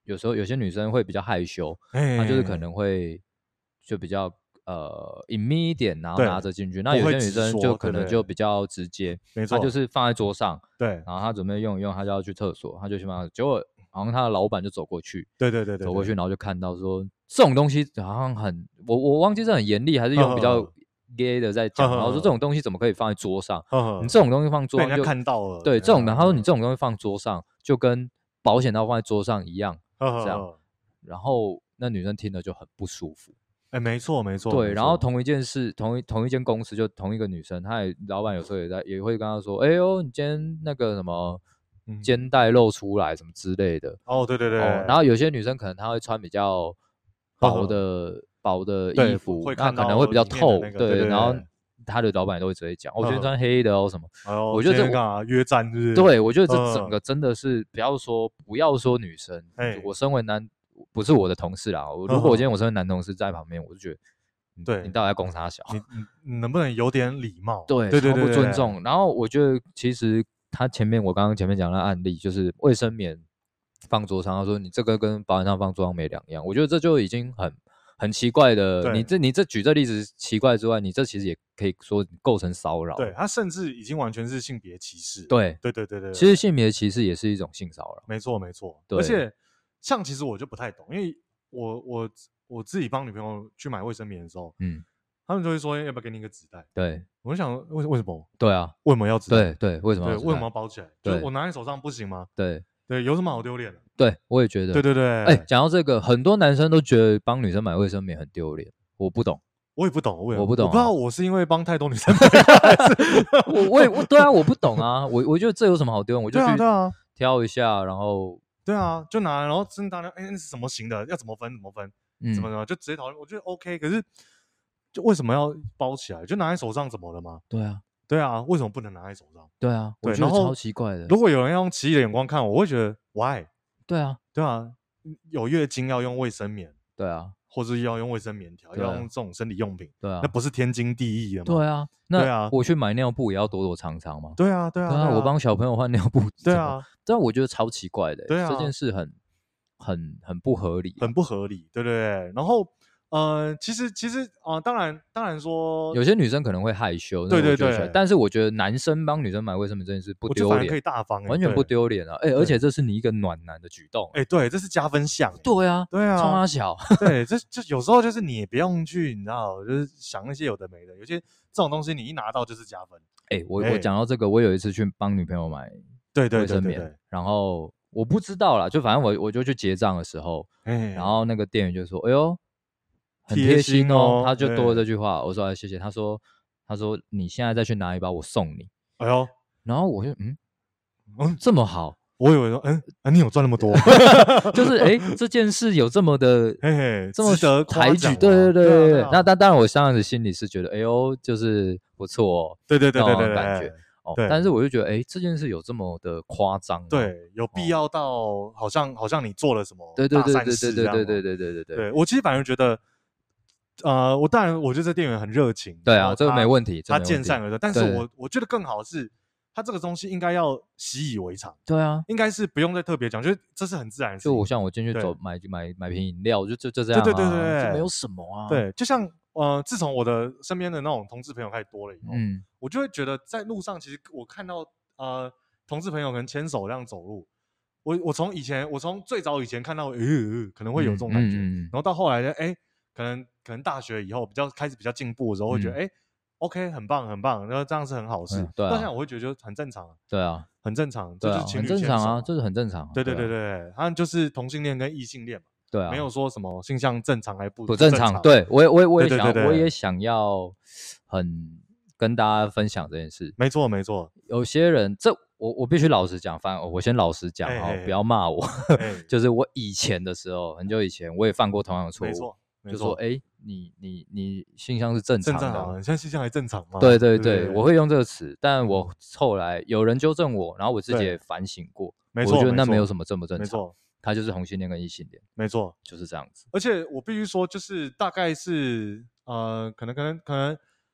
有时候有些女生会比较害羞，她就是可能会就比较呃隐秘一点，然后拿着进去。那有些女生就可能就比较直接，她就是放在桌上， 对， 然后她准备用一用，她就要去厕所，她就去放，结果好像她的老板就走过去， 对对 对, 对， 走过去，然后就看到说这种东西好像很，我我忘记是很严厉还是用比较 gay 的在讲，然后说这种东西怎么可以放在桌上？你这种东西放桌上就看到了， 对，这种，然后你这种东西放桌上就跟保险套放在桌上一样，这样，然后那女生听了就很不舒服。 哎，没错没错， 对，然后同一件事，同一同一间公司，就同一个女生，她也老板有时候也在也会跟她说，哎呦，你今天那个什么肩带露出来什么之类的。 哦，对对对。 哦，然后有些女生可能她会穿比较薄的薄的衣服，那可能会比较透，对，然后她的老板都会直接讲，我觉得穿黑的哦什么，我觉得这干嘛约战是不是？ 对，我觉得这整个真的是不要说不要说女生，我身为男。不是我的同事啦，如果我今天我身为男同事在旁边，我就觉得， 对， 你到底在攻啥小？ 你你能不能有点礼貌？ 对，超不尊重。然后我觉得其实他前面我刚刚前面讲的案例，就是卫生棉放桌上，他说你这个跟保险套放桌上没两样，我觉得这就已经很很奇怪的。你这你这举这例子奇怪之外，你这其实也可以说构成骚扰。 对，他甚至已经完全是性别歧视。 对对对对对， 其实性别歧视也是一种性骚扰。 没错没错，而且。像其实我就不太懂，因为我我我自己帮女朋友去买卫生棉的时候，嗯，他们就会说要不要给你一个纸袋？ 对， 我就想为为什么？ 对啊， 为什么要纸袋？ 对对，为什么要？ 对，为什么要包起来？就我拿在手上不行吗？ 对对，有什么好丢脸的？ 对，我也觉得。 对对对， 哎，讲到这个，很多男生都觉得帮女生买卫生棉很丢脸，我不懂， 我也不懂，我也我不懂， 我不知道我是因为帮太多女生买，还是我我也我对啊，我不懂啊，我我觉得这有什么好丢？我就去挑一下，然后。 对啊，就拿，然后真的大家，哎，那是什么型的？要怎么分？怎么分？嗯、怎么怎么？就直接讨论，我觉得 OK。可是，就为什么要包起来？就拿在手上怎么了吗？ 对啊， 对啊，为什么不能拿在手上？ 对啊，我觉得超奇怪的。 如果有人要用奇异的眼光看我，我会觉得 why？ 对啊， 对啊，有月经要用卫生棉， 对啊， 或者要用卫生棉条，要用这种生理用品， 对啊， 那不是天经地义的吗？ 对啊，那我去买尿布也要躲躲藏藏吗？ 对啊，对啊， 对啊，我帮小朋友换尿布， 对啊， 但我觉得超奇怪的， 对啊， 这件事很。很很不合理、啊， 很不合理，对不对？然后，呃，其实其实啊、呃，当然当然说， 有些女生可能会害羞， 对对对， 但是我觉得男生帮女生买卫生棉这件事不丢脸， 可以大方、欸， 完全不丢脸啊！哎、欸，而且这是你一个暖男的举动， 哎、欸，对，这是加分项、欸， 对啊， 对啊， 冲他小， 对，这就有时候就是你也不用去，你知道，就是想那些有的没的，有些这种东西你一拿到就是加分。 哎、欸，我、欸、我讲到这个，我有一次去帮女朋友买对对卫生棉，然后。我不知道啦，就反正我我就去结账的时候，欸、然后那个店员就说：“哎呦，很贴心哦。”他就多了这句话，我说：“哎，谢谢。”他说：“他说你现在再去拿一包，我送你。”哎呦，然后我就嗯嗯这么好， 我以为说嗯啊你有赚那么多， 就是哎、欸、这件事有这么的嘿嘿这么得抬举，对对对对对。那当当然我当时心里是觉得哎呦就是不错哦， 对对对对对感觉。哦、但是我就觉得，哎、欸，这件事有这么的夸张、啊？ 对，有必要到好像、哦、好像你做了什么大善事这样？ 对对对对对对对对对。 对我其实反而觉得，呃，我当然我觉得这店员很热情， 对啊，这个没问题， 他见善而得。但是我我觉得更好是，他这个东西应该要习以为常。 对啊， 应该是不用再特别讲，就是这是很自然的事情。 就我像我进去走买买买瓶饮料，就就就这样、啊， 对对对对， 就没有什么啊。 对，就像。呃，自从我的身边的那种同志朋友开始多了以后，嗯，我就会觉得在路上，其实我看到呃同志朋友可能牵手这样走路，我我从以前我从最早以前看到，呃、欸，可能会有这种感觉，嗯嗯嗯、然后到后来呢，哎、欸，可能可能大学以后比较开始比较进步的时候，会觉得哎、嗯欸、，OK， 很棒很棒，然后这样是很好事。嗯、对、啊，到现在我会觉得就很正常， 对啊， 很正常， 对啊， 就是情侣很正常啊，这是很正常。 对对对对，他们就是同性恋跟异性恋嘛。 对啊， 没有说什么性向正常还不不正常。对我也我也我也想对对对对我也想要很跟大家分享这件事。 没错没错， 有些人这我我必须老实讲，反正我先老实讲哈，不要骂我。就是我以前的时候，很久以前我也犯过同样的错误， 没错， 就说哎、欸，你你你性向是正常的， 正常，现在性向还正常吗？ 对对 对, 对，我会用这个词，但我后来有人纠正我，然后我自己也反省过， 没错， 我觉得那没有什么正不正常， 没错。 他就是同性恋跟异性恋， 没错， 就是这样子。 而且我必须说，就是大概是呃，可能可能可能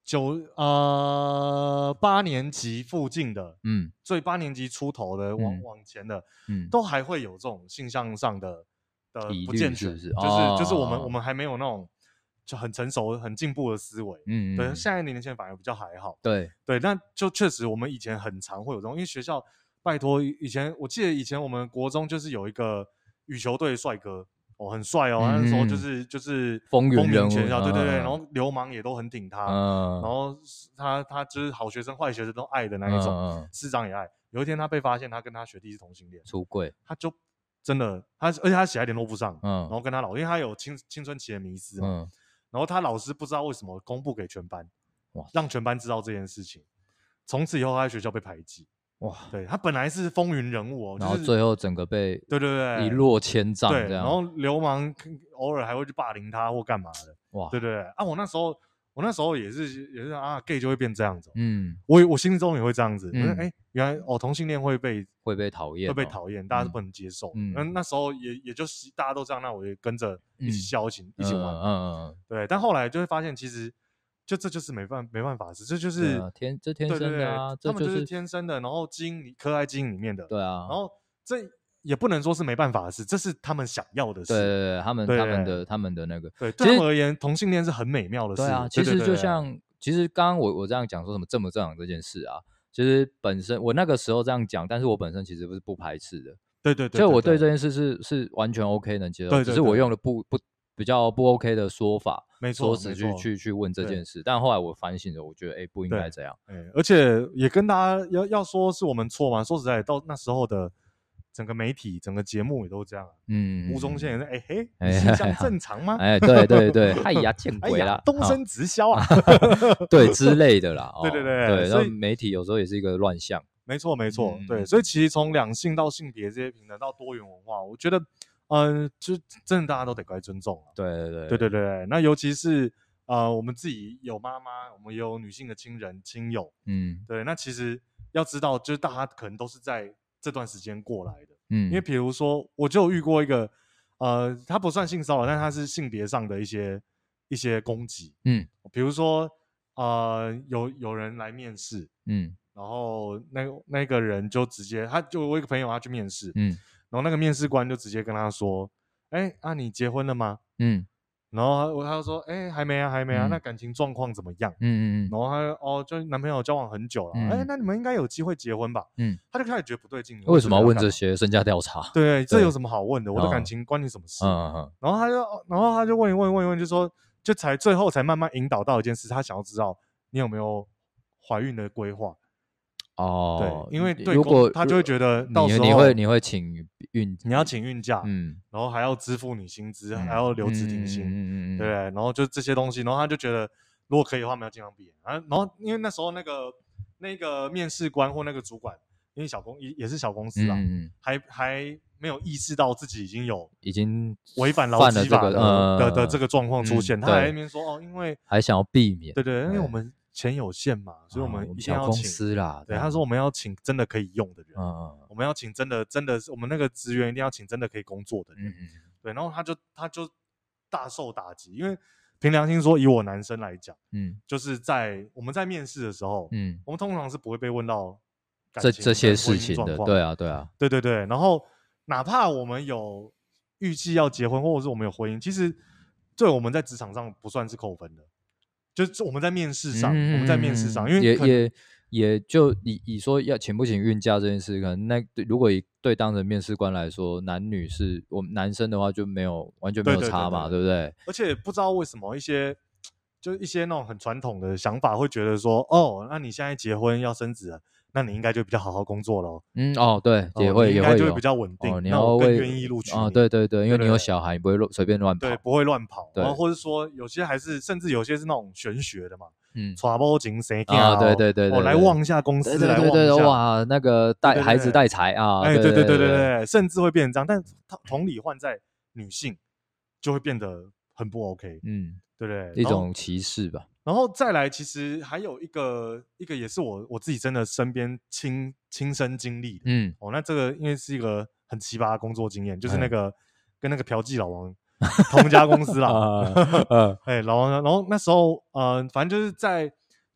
九呃八年级附近的，嗯，所以八年级出头的往、嗯、往前的，嗯，都还会有这种性向上的的不健全， 是不是？ 就是、 哦、 就是我们我们还没有那种就很成熟、很进步的思维，嗯，对，现在年轻人反而比较还好， 对对，但就确实我们以前很常会有这种，因为学校拜托以前我记得以前我们国中就是有一个羽球队帅哥。哦，很帅哦，嗯、那时候就是就是风云人物， 全校，对对对，然后流氓也都很挺他，嗯、然后他他就是好学生、坏学生都爱的那一种，嗯、师长也爱。有一天他被发现他跟他学弟是同性恋， 出柜， 他就真的他，而且他写在联络簿上，嗯、然后跟他老，因为他有青青春期的迷思嘛，嗯、然后他老师不知道为什么公布给全班，让全班知道这件事情，从此以后他在学校被排挤。哇，对他本来是风云人物哦， 然后最后整个被对对对一落千丈这样， 对，然后流氓偶尔还会去霸凌他或干嘛的，哇，对对对啊，我那时候我那时候也是也是啊 ，gay 就会变这样子，嗯，我我心中也会这样子，嗯，哎，原来哦同性恋会被会被讨厌， 会被讨厌，大家是不能接受，嗯，那那时候也也就是大家都这样，那我也跟着一起笑一起一起玩，嗯嗯，对，但后来就会发现其实。就这就是没办没办法事，这就是、 啊、天这天生的啊， 对对对，他们就是天生的，然后基因刻在基因里面的， 对啊， 然后这也不能说是没办法的事，这是他们想要的事， 对对对，他们他们的他们的那个， 对，对他们而言，同性恋是很美妙的事， 对啊，其实就像对对对其实刚刚我我这样讲说什么正不正常这件事啊，其实本身我那个时候这样讲，但是我本身其实不是不排斥的， 对对对， 所以我对这件事是是完全 OK 能接受，对对对，只是我用了不不。比较不 OK 的说法， 没错， 说辞去去去问这件事，但后来我反省了，我觉得哎、欸、不应该这样， 欸，而且也跟大家要要说是我们错嘛，说实在，到那时候的整个媒体、整个节目也都这样，嗯，吴宗宪也是，哎、欸、嘿，你形象正常吗？ 哎，对对对，哎呀，见鬼啦， 哎、东升直销啊， 对之类的啦， 对对对对，所以媒体有时候也是一个乱象， 没错没错，嗯、对，所以其实从两性到性别这些平等到多元文化，我觉得。嗯，就真的大家都得该尊重啊。 对对对对对对，那尤其是呃，我们自己有妈妈，我们也有女性的亲人亲友，嗯，对，那其实要知道，就是大家可能都是在这段时间过来的，嗯，因为比如说，我就有遇过一个，呃，他不算性骚扰，但他是性别上的一些一些攻击，嗯，比如说呃，有有人来面试，嗯，然后那那个人就直接，他就我一个朋友他去面试，嗯。然后那个面试官就直接跟他说：“哎，啊，你结婚了吗？”嗯，然后他他就說：“哎，還沒啊，還沒啊。嗯”那感情狀況怎麼樣？嗯嗯嗯。然後他哦，就男朋友交往很久了，哎、嗯，那你們應該有機會結婚吧？嗯，他就開始覺得不對勁。 為什麼要問這些身家調查？ 對，這有什麼好問的？我的感情關你什麼事？嗯嗯。然後他就，然後他就問一問問一問，就說，就才最後才慢慢引導到一件事，他想要知道你有沒有懷孕的規劃。哦，對，因為對， 如果他就會覺得到時候你你會你會請孕， 你要請孕假，嗯，然後還要支付你薪資，嗯、還要留職停薪，嗯嗯嗯，對，然後就這些東西，然後他就覺得如果可以的話，我們要盡量避免。然後，然後因為那時候那個那個面試官或那個主管，因為小公也也是小公司啦，嗯嗯，還還沒有意識到自己已經有已經違反勞基法的、這個呃、的的這個狀況出現， 嗯、 他還在那邊說哦，因為還想要避免， 對對，因為我們。錢有限嘛，所以我們一定要請、 哦、公司啦。 對，他說我們要請真的可以用的人，嗯、我們要請真的真的是我們那個職員一定要請真的可以工作的人。嗯、對，然後他就他就大受打擊，因為憑良心說，以我男生來講，嗯，就是在我們在面試的時候，嗯，我們通常是不會被問到感情這這些事情的，對啊，對啊， 對對對。然後哪怕我們有預計要結婚，或者是我們有婚姻，其實對我們在職場上不算是扣分的。就是我們在面試上，嗯、我們在面試上，因為也也也就以以說要請不請孕假這件事，可能那如果以對當成面試官來說，男女是我們男生的話就沒有完全沒有差嘛，對，對，對，對，對不對？ 而且不知道為什麼一些就一些那種很傳統的想法會覺得說，哦，那你現在結婚要生子了，那你應該就比較好好工作咯。 嗯，哦，對，也會、哦、 也會有，應該就會比較穩定， 哦、你要我更願意錄取你。 哦，對對對，因為你有小孩，你不會隨便亂跑， 對，不會亂跑。然後或者說有些還是甚至有些是那種玄學的嘛。嗯，傳波精誰啊？對對對對， 我來旺一下公司， 對對對對，來旺一下哇，那個帶孩子帶財啊， 哎，對對對對對，甚至會變成這樣。但同理換在女性，就會變得很不 OK。嗯，對不對？ 一種歧視吧。 然後再來，其實還有一個一個也是我我自己真的身邊親親身經歷的。嗯，哦，那這個因為是一個很奇葩的工作經驗，就是那個跟那個嫖妓老王。同一家公司啦，哎、呃，然後呢，然後那時候，呃，反正就是在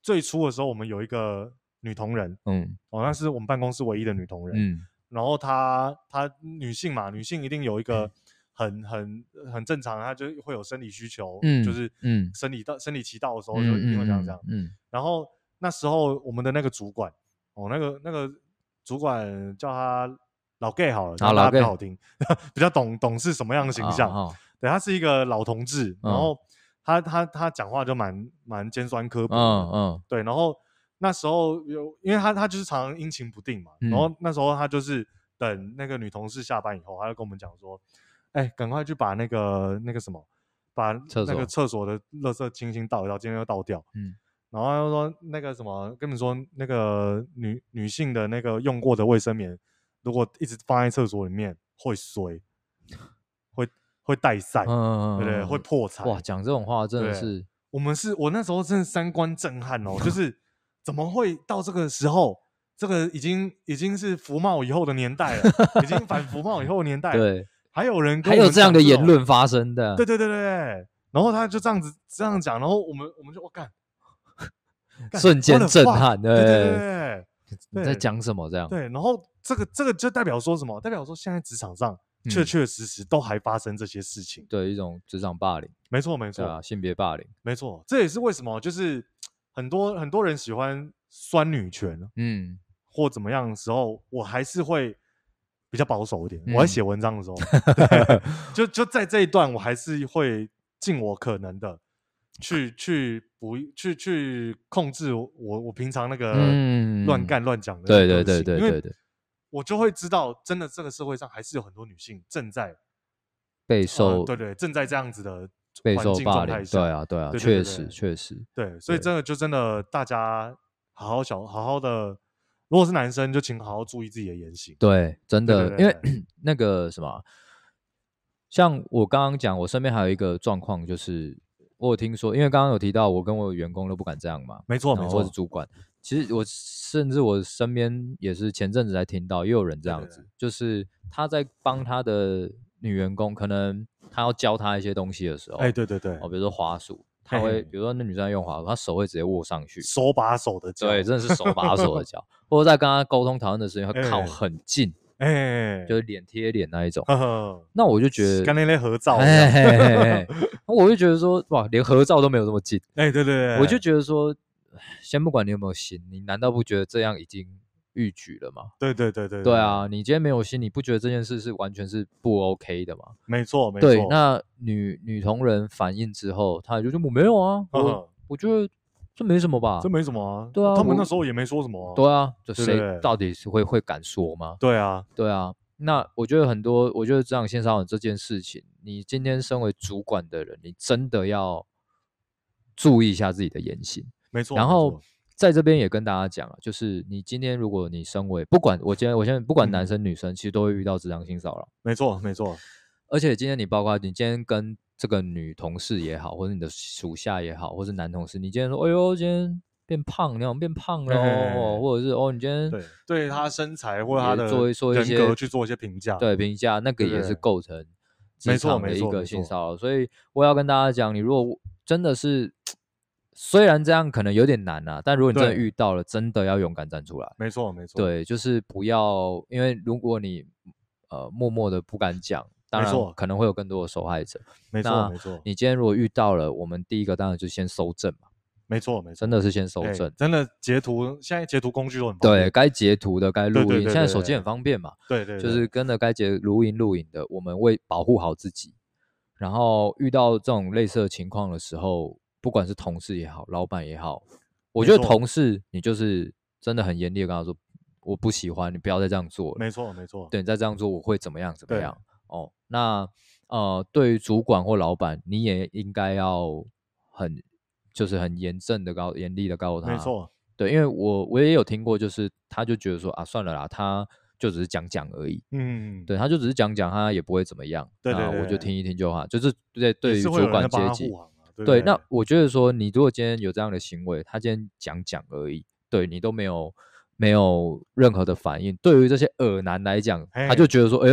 最初的时候，我们有一个女同仁，嗯，哦，那是我们办公室唯一的女同仁，嗯，然后她她女性嘛，女性一定有一个很很很正常，她就会有生理需求，嗯，就是嗯，生理到生理期到的时候就一定会这样这样，嗯，嗯然后那时候我们的那个主管，哦，那个那个主管叫他老 gay 好了，叫他比较好听，比较懂懂是什么样的形象，哦、对，他是一个老同志，然后。他他他讲话就蛮蛮尖酸刻薄的，嗯嗯，对，然后那时候有，因为他他就是常常阴晴不定嘛，嗯、然后那时候他就是等那个女同事下班以后，他就跟我们讲说，哎，赶快去把那个那个什么，把那个厕所的垃圾清清倒一倒，今天就倒掉，嗯，然后他就说那个什么，跟你说那个女女性的那个用过的卫生棉，如果一直放在厕所里面会衰，会。会带赛，嗯、对不对？会破财。 哇，讲这种话真的是， 我们是我那时候真的三观震撼哦，就是怎么会到这个时候，这个已经已经是服贸以后的年代了，已经反服贸以后的年代了， 对， 还有人跟还有这样的言论发生的， 对对对对对。然后他就这样子这样讲，然后我们我们就我干， 瞬间震撼， 对对对对， 你在讲什么这样？ 对，然后这个这个就代表说什么？代表说现在职场上。确确实实都还发生这些事情， 对一种职场霸凌， 没错没错， 啊，性别霸凌， 没错，这也是为什么就是很多很多人喜欢酸女权，嗯，或怎么样的时候，我还是会比较保守一点。嗯、我在写文章的时候，就就在这一段，我还是会尽我可能的去去不去去控制我我平常那个乱干乱讲的， 对对对对对对。 我就会知道，真的这个社会上还是有很多女性正在备受、 呃、对对，正在这样子的备受霸凌。对啊，对啊，确实确实。 对，所以这个就真的大家好好小好好的，如果是男生就请好好注意自己的言行。 对，真的，对对对对，因为那个什么，像我刚刚讲，我身边还有一个状况，就是我有听说，因为刚刚有提到，我跟我员工都不敢这样嘛， 没错没错， 或是主管。其实我甚至我身边也是前阵子才听到，也有人这样子，对对对，就是他在帮他的女员工，可能他要教他一些东西的时候， 哎，对对对， 哦，比如说滑鼠，他会，比如说那女生在用滑鼠，他手会直接握上去， 手把手的教， 对，真的是手把手的教，或者在跟他沟通讨论的时候，会靠很近，哎，就是脸贴脸那一种，那我就觉得跟那类合照， 哎嘿嘿嘿我就觉得说，哇，连合照都没有这么近， 哎，对对对， 我就觉得说。先不管你有没有心，你难道不觉得这样已经逾矩了吗？ 对对对对， 对啊，你今天没有心，你不觉得这件事是完全是不 OK 的吗？ 没错没错。 对，那女女同仁反应之后，她就说我没有啊，我我觉得这没什么吧， 这没什么啊。 对啊， 他们那时候也没说什么、啊。 对啊，就谁到底是会会敢说吗？ 对啊， 对啊。那我觉得很多，我觉得这样性骚扰这件事情，你今天身为主管的人，你真的要注意一下自己的言行。 没错， 然后在这边也跟大家讲啊，就是你今天如果你身为不管我今天我现在不管男生女生，嗯、其实都会遇到职场性骚扰。 没错，没错。 而且今天你包括你今天跟这个女同事也好，或者你的属下也好，或是男同事，你今天说，哎呦，今天变胖，你好像变胖了哦，或者是哦，你今天对对他身材或他的做做一些人格去做一些评价， 对评价，那个也是构成职场的一个性骚扰。所以我要跟大家讲，你如果真的是。虽然这样可能有点难啊，但如果你真的遇到了，真的要勇敢站出来。 没错，没错。 对，就是不要，因为如果你呃默默的不敢讲，当然可能会有更多的受害者。 没错，没错。 你今天如果遇到了，我们第一个当然就先搜证嘛。 没错，没错， 真的是先搜证。 真的截图，现在截图工具都很方便。 对，该截图的，该录音，现在手机很方便嘛。 对对， 就是跟着该截录音录影的，我们为保护好自己。然后遇到这种类似的情况的时候。不管是同事也好，老板也好，我觉得同事你就是真的很严厉的跟他说，我不喜欢，你不要再这样做了。 没错，没错。 对，你再这样做，我会怎么样怎么样？哦，那呃，对于主管或老板，你也应该要很就是很严正的告、严厉的告诉他。 没错， 对，因为我我也有听过，就是他就觉得说啊，算了啦，他就只是讲讲而已。嗯，对，他就只是讲讲，他也不会怎么样。 对对对， 那我就听一听就好。就是对对于主管阶级。 对, 对，那我觉得说，你如果今天有这样的行为，他今天讲讲而已，对你都没有没有任何的反应。对于这些恶男来讲，他就觉得说，哎呦，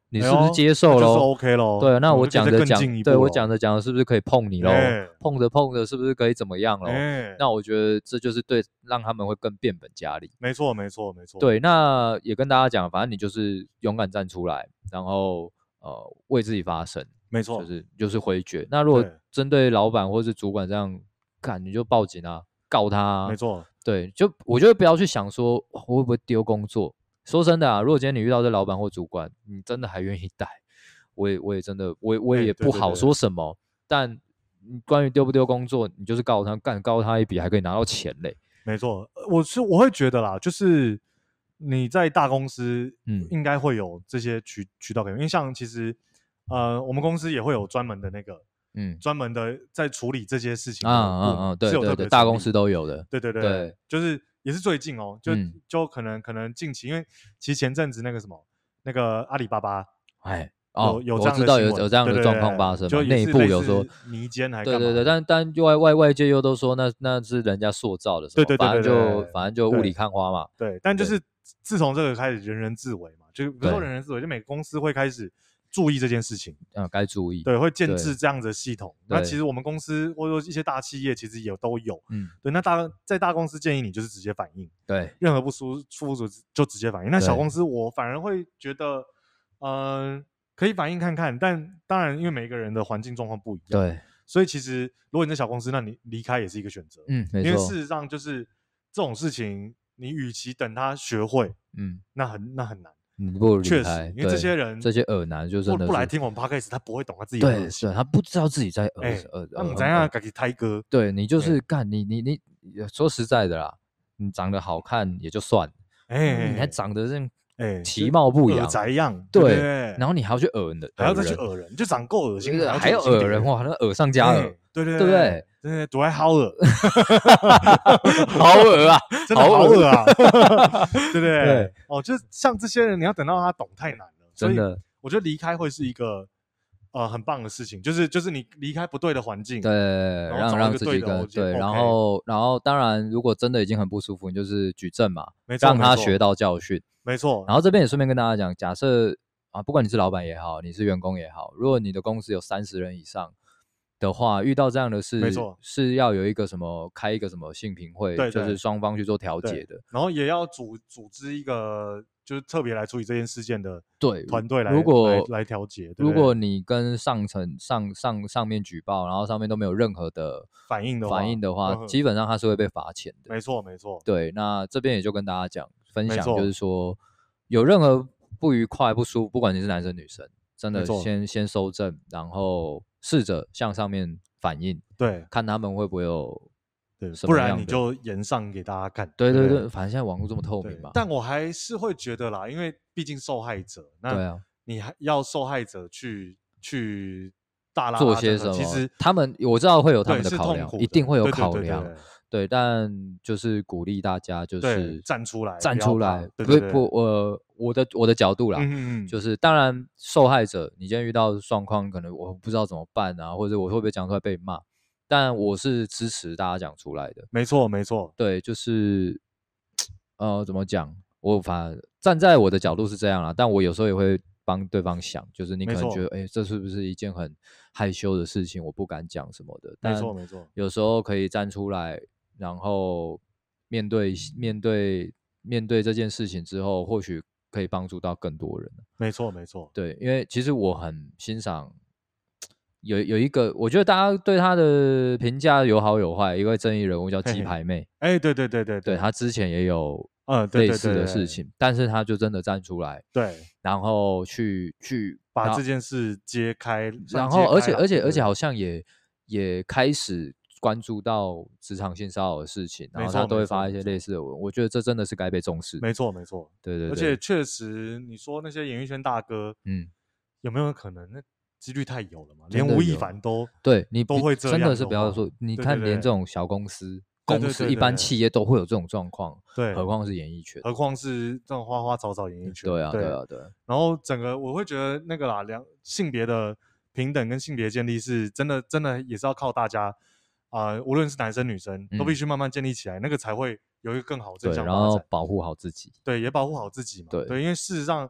你是不是接受咯？ 就是 OK 咯。 对，那我讲着讲，对我讲着讲着是不是可以碰你咯？ 欸、 碰着碰着是不是可以怎么样咯？ 欸、 那我觉得这就是对让他们会更变本加厉。 没错，没错，没错。 对，那也跟大家讲，反正你就是勇敢站出来，然后呃为自己发声， 没错， 就是就是回绝。那如果针对老板或是主管这样干，你就报警啊，告他啊。 没错， 对，就我觉得不要去想说会不会丢工作。说真的啊，如果今天你遇到这老板或主管，你真的还愿意带，我也我也真的我也我也不好说什么。欸、对对对，但关于丢不丢工作，你就是告他，干告他一笔还可以拿到钱嘞。 没错，我是我会觉得啦，就是你在大公司，嗯，应该会有这些渠渠道可以，因为像其实呃，我们公司也会有专门的那个。嗯，专门的在处理这些事情的部门，啊啊啊， 对对对，大公司都有的， 对对 对, 对，就是也是最近哦，就、嗯、就可能可能近期，因为其实前阵子那个什么，那个阿里巴巴， 哎， 哦，有有这样的我知道有有这样的状况发生， 就内部有说迷奸还对对对，但但外外外界又都说那那是人家塑造的， 对对对， 反正就反正就雾里看花嘛， 对，但就是自从这个开始，人人自危嘛，就不是说人人自危，就每个公司会开始。注意这件事情， 嗯，该注意， 对，会建制这样子的系统。那其实我们公司或者说一些大企业，其实也都有，嗯，对。那大在大公司建议你就是直接反映， 对， 任何不舒服就直接反映。那小公司我反而会觉得，嗯、呃，可以反映看看，但当然因为每个人的环境状况不一样， 对， 所以其实如果你在小公司，那你离开也是一个选择， 嗯，没错。因为事实上就是这种事情，你与其等他学会，嗯，那很那很难。 你不如离开，确实，因为这些人这些耳男就真的不来听我们 podcast， 他不会懂他自己的恶心，对，他不知道自己在恶耳。那你怎样给胎哥？ 对你就是干你你你说实在的啦，你长得好看也就算，哎，你还长得这哎其貌不扬， 宅样， 对，然后你还要去恶人， 还要再去恶人，就长够恶心， 还要恶人哇，那恶上加恶， 对对对不对？ 对，多爱好恶， 好恶啊， 真的好恶啊，对不对？哦，就像这些人，你要等到他懂太难了， 真的， 我觉得离开会是一个呃很棒的事情，就是就是你离开不对的环境， 对，让让自己跟对，然后然后当然，如果真的已经很不舒服，你就是举证嘛，让他学到教训， 没错。 然后这边也顺便跟大家讲，假设啊，不管你是老板也好，你是员工也好，如果你的公司有三十人以上的话，遇到这样的事， 没错， 是要有一个什么开一个什么性平会， 对， 就是双方去做调解的， 然后也要组组织一个就是特别来处理这件事件的对团队来， 如果来来调解。 如果你跟上层上上上面举报，然后上面都没有任何的反应的话反应的话，基本上他是会被罚钱的。 没错没错， 对，那这边也就跟大家讲分享，就是说有任何不愉快不舒服，不管你是男生女生，真的先先收正，然后试着向上面反映， 对， 看他们会不会有， 对，不然你就延上给大家看。 对对 对, 对，反正现在网络这么透明嘛。 但我还是会觉得啦，因为毕竟受害者，那对啊， 你还要受害者去去大拉做些什么？ 其实他们我知道会有他们的考量，一定会有考量。 对, 对, 对, 对, 对，但就是鼓励大家就是站出来， 站出来。 对对对不不，我我的我的角度啦， 嗯嗯就是当然受害者，你今天遇到状况，可能我不知道怎么办啊，或者我会不会讲出来被骂？但我是支持大家讲出来的。 没错没错， 对，就是呃，怎么讲？我反正站在我的角度是这样啦，但我有时候也会帮对方想，就是你可能觉得，哎，这是不是一件很害羞的事情？我不敢讲什么的。 没错没错， 有时候可以站出来。然后面对面对面对这件事情之后，或许可以帮助到更多人。 没错没错， 对，因为其实我很欣赏有有一个，我觉得大家对他的评价有好有坏，一位正义人物叫鸡排妹。 哎，对对对对对，他之前也有嗯类似的事情，但是他就真的站出来， 对， 然后去去把这件事揭开， 然后而且而且而且好像也也开始。关注到职场性骚扰的事情，然后他都会发一些类似的文，我觉得这真的是该被重视。 没错，没错， 对 对, 對， 而且确实，你说那些演艺圈大哥，嗯，有没有可能？那几率太有了嘛，连吴亦凡都对你都会这样， 真的是不要说，你看连这种小公司、公司、一般企业都会有这种状况， 对， 何况是演艺圈， 何况是这种花花草草演艺圈， 对啊，对啊，对。 然后整个我会觉得那个啦，两性别的平等跟性别建立是真的，真的也是要靠大家。啊、呃，无论是男生女生，都必须慢慢建立起来，嗯、那个才会有一个更好的正向发展。 然后保护好自己， 对，也保护好自己嘛。 对， 對因为事实上，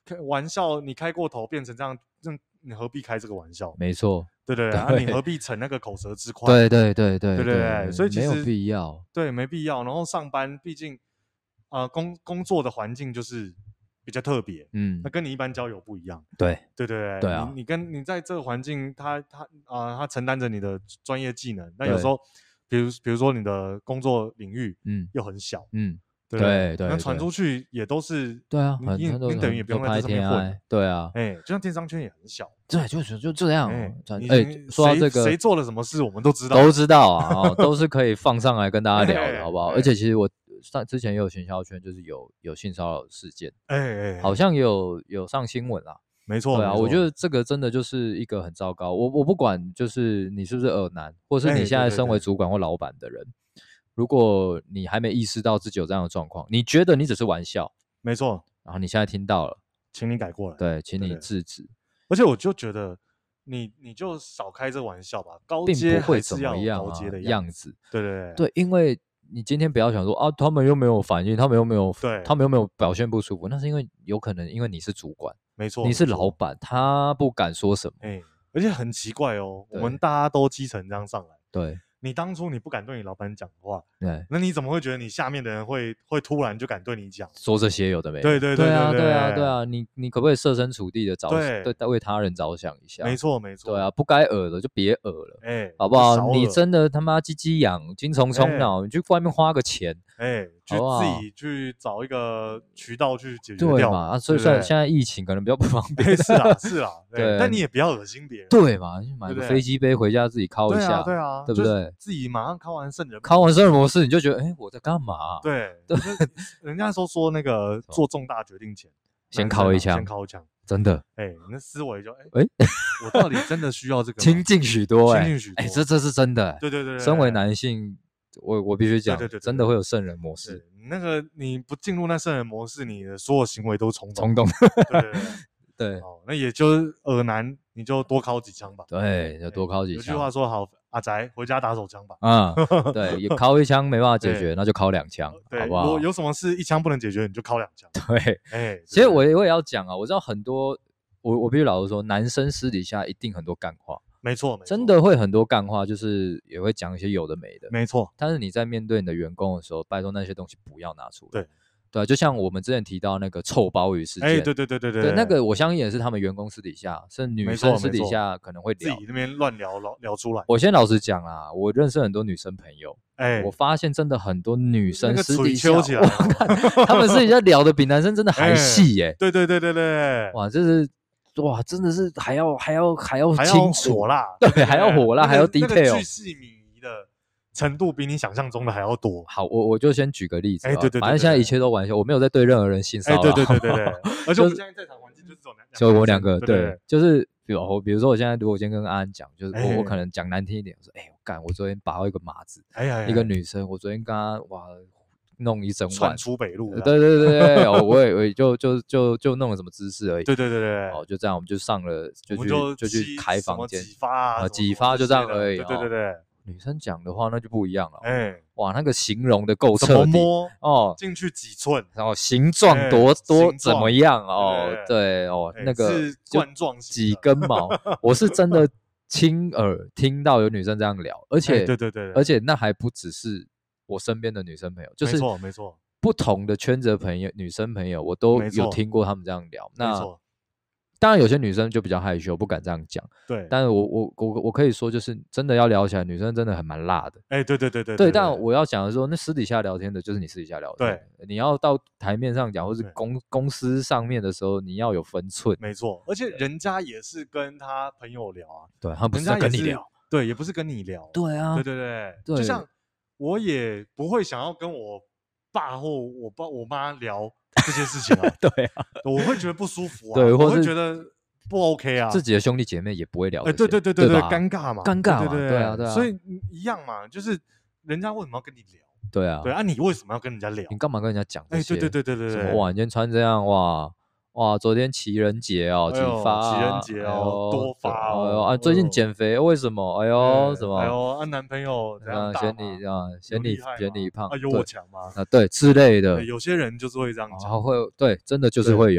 玩笑你开过头变成这样，你何必开这个玩笑？ 没错， 对对对，啊、你何必逞那个口舌之快？ 对对对对对对对，所以其实没有必要， 对，没必要。然后上班，毕竟呃工工作的环境就是比较特别，嗯，那跟你一般交友不一样。 对对对对， 对啊， 你你跟你在这个环境，他他啊、呃，他承担着你的专业技能，但有时候，比如比如说你的工作领域，嗯，又很小，嗯。对 对, 对，那传出去也都是对啊， 你你等于也不用在这上面混， 对啊， 哎、欸，就像电商圈也很小， 对，就就这样。哎、 欸欸，说到这个， 谁做了什么事我们都知道， 都知道啊，哦、都是可以放上来跟大家聊的，好不好？而且其实我上之前也有行销圈，就是有有性骚扰事件，哎哎，好像有有上新闻啦。 没错， 对啊，我觉得这个真的就是一个很糟糕。我我不管，就是你是不是恶男，或是你现在身为主管或老板的人。欸对对对，如果你还没意识到自己有这样的状况，你觉得你只是玩笑， 没错， 然后你现在听到了， 请你改过来， 对，请你制止。 而且我就觉得你你就少开这玩笑吧，高阶还是要有高阶的样子， 对对对对，因为你今天不要想说啊，他们又没有反应，他们又没有，对，他们又没有表现不舒服，那是因为有可能因为你是主管， 没错， 你是老板，他不敢说什么， 哎、欸，而且很奇怪哦，我们大家都基层这样上来， 对。 你当初你不敢对你老板讲话， 对， 那你怎么会觉得你下面的人会会突然就敢对你讲？ 说这些有的没？ 对对对对啊对啊对啊，你你可不可以设身处地的着对对为他人着想一下？ 没错没错， 对啊，不该恶了就别恶了，哎、欸，好不好？你真的他妈鸡鸡痒、精虫充脑，欸、你去外面花个钱， 哎、欸，去自己去找一个渠道去解决掉， 对嘛？啊，所以虽然现在疫情可能比较不方便， 欸、是啊是啊，对，但你也不要恶心别人， 对嘛？买个飞机杯回家自己敲一下， 对啊对啊， 对不对？ 自己马上敲完圣人， 敲完圣人模式，你就觉得，哎、欸，我在干嘛、啊？ 对对，人家都说那个做重大决定前， 先敲一枪， 先敲一枪， 真的， 哎、欸，那思维就，哎、欸，欸、我到底真的需要这个？ 亲近许多、欸， 亲近许多， 哎、欸，这这是真的、欸， 对对 对, 对， 身为男性，我我必须讲， 对对对， 真的会有圣人模式。 那个你不进入那圣人模式，你的所有行为都冲动， 冲动， 对对对。 对， 哦，那也就是耳男，你就多敲几枪吧。 对，就多敲几枪。 有句话说好，阿宅回家打手枪吧。 啊、嗯，对，也敲一枪没办法解决，那就敲两枪，好不好？ 如果有什么事一枪不能解决，你就敲两枪。 对， 哎、欸， 其实我也我也要讲啊，我知道很多，我我必须老实说，男生私底下一定很多干话。 没错， 真的会很多干话，就是也会讲一些有的没的。 没错， 但是你在面对你的员工的时候，拜托那些东西不要拿出来。 对。 对、啊，就像我们之前提到那个臭鲍鱼事件， 哎、欸，对对对对 对, 对，那个我相信也是他们员工私底下，是女生私底下可能会聊， 自己那边乱聊聊聊出来。 我先老实讲啊，我认识很多女生朋友，哎、欸，我发现真的很多女生私底下， 起来我看他们私底下聊的比男生真的还细耶、欸欸。 对对对对对， 哇，这是哇，真的是还要还要还要清楚火辣， 对，还要火辣， 那個、 还要 detail， 那個巨細靡遺的程度比你想象中的還要多。 好，我我就先舉個例子，哎、 欸，對對對對對， 反正現在一切都玩笑，我沒有在對任何人性騷擾。 哎、欸，對對對對對，而且我們現在在場環境就是這種， 就我們兩個，對，對，對，對，就是比如比如說我現在如果今天跟安安講，就是我、欸、我可能講難聽一點，我說哎、欸，我幹，我昨天拔到一個馬子，哎呀，一個女生，我昨天跟她哇弄一整晚， 穿出北路， 對對對對，哦，我也我也就就就就弄了什麼姿勢而已， 對對對對， 哦，就這樣，我們就上了，就去就， 就去開房間， 幾發啊， 幾發就這樣而已， 對對對對。 女生講的話那就不一樣了，哎、欸，哇，那個形容的夠徹底哦， 進去幾寸， 然後形狀多、欸、多怎麼樣哦， 對，對， 對哦， 欸、 那個是冠狀幾根毛，我是真的親耳聽到有女生這樣聊，而且、 欸、對對對， 而且那還不只是我身邊的女生朋友，就是沒錯沒錯， 不同的圈子的朋友，女生朋友我都有聽過他們這樣聊，那。當然，有些女生就比較害羞，不敢這樣講。 對， 但是我我我我可以說，就是真的要聊起來，女生真的還蠻辣的。 哎、欸，對對對對對。對，但我要講的說，那私底下聊天的，就是你私底下聊天。 對， 你要到台面上講，或是公公司上面的時候，你要有分寸。 沒錯，而且人家也是跟他朋友聊啊， 對，他不是在跟你聊， 對，也不是跟你聊。 對啊， 對對對，對，就像我也不會想要跟我爸或我爸我媽聊這些事情啊， 對啊， 我會覺得不舒服啊， 對， 我會覺得不 OK 啊， 自己的兄弟姐妹也不會聊， 哎、欸，對對對對對，尷尬嘛， 尷尬嘛， 對對對， 對啊對啊， 所以一樣嘛，就是人家為什麼要跟你聊？ 對啊， 對啊，你為什麼要跟人家聊？ 你幹嘛跟人家講這些？ 哎、欸，對對對對對對， 什麼哇，你今天穿這樣哇哇，昨天情人節哦，幾發、啊？ 情人節哦，多發哦， 哎呦啊，最近減肥為什麼？哎呦，欸、什麼？ 哎呦，啊，男朋友怎樣嫌你啊，嫌你嫌你胖， 啊，有我強嗎？ 啊，對，之類的。 有些人就是會這樣講， 啊，會，對，真的就是會有。 哦，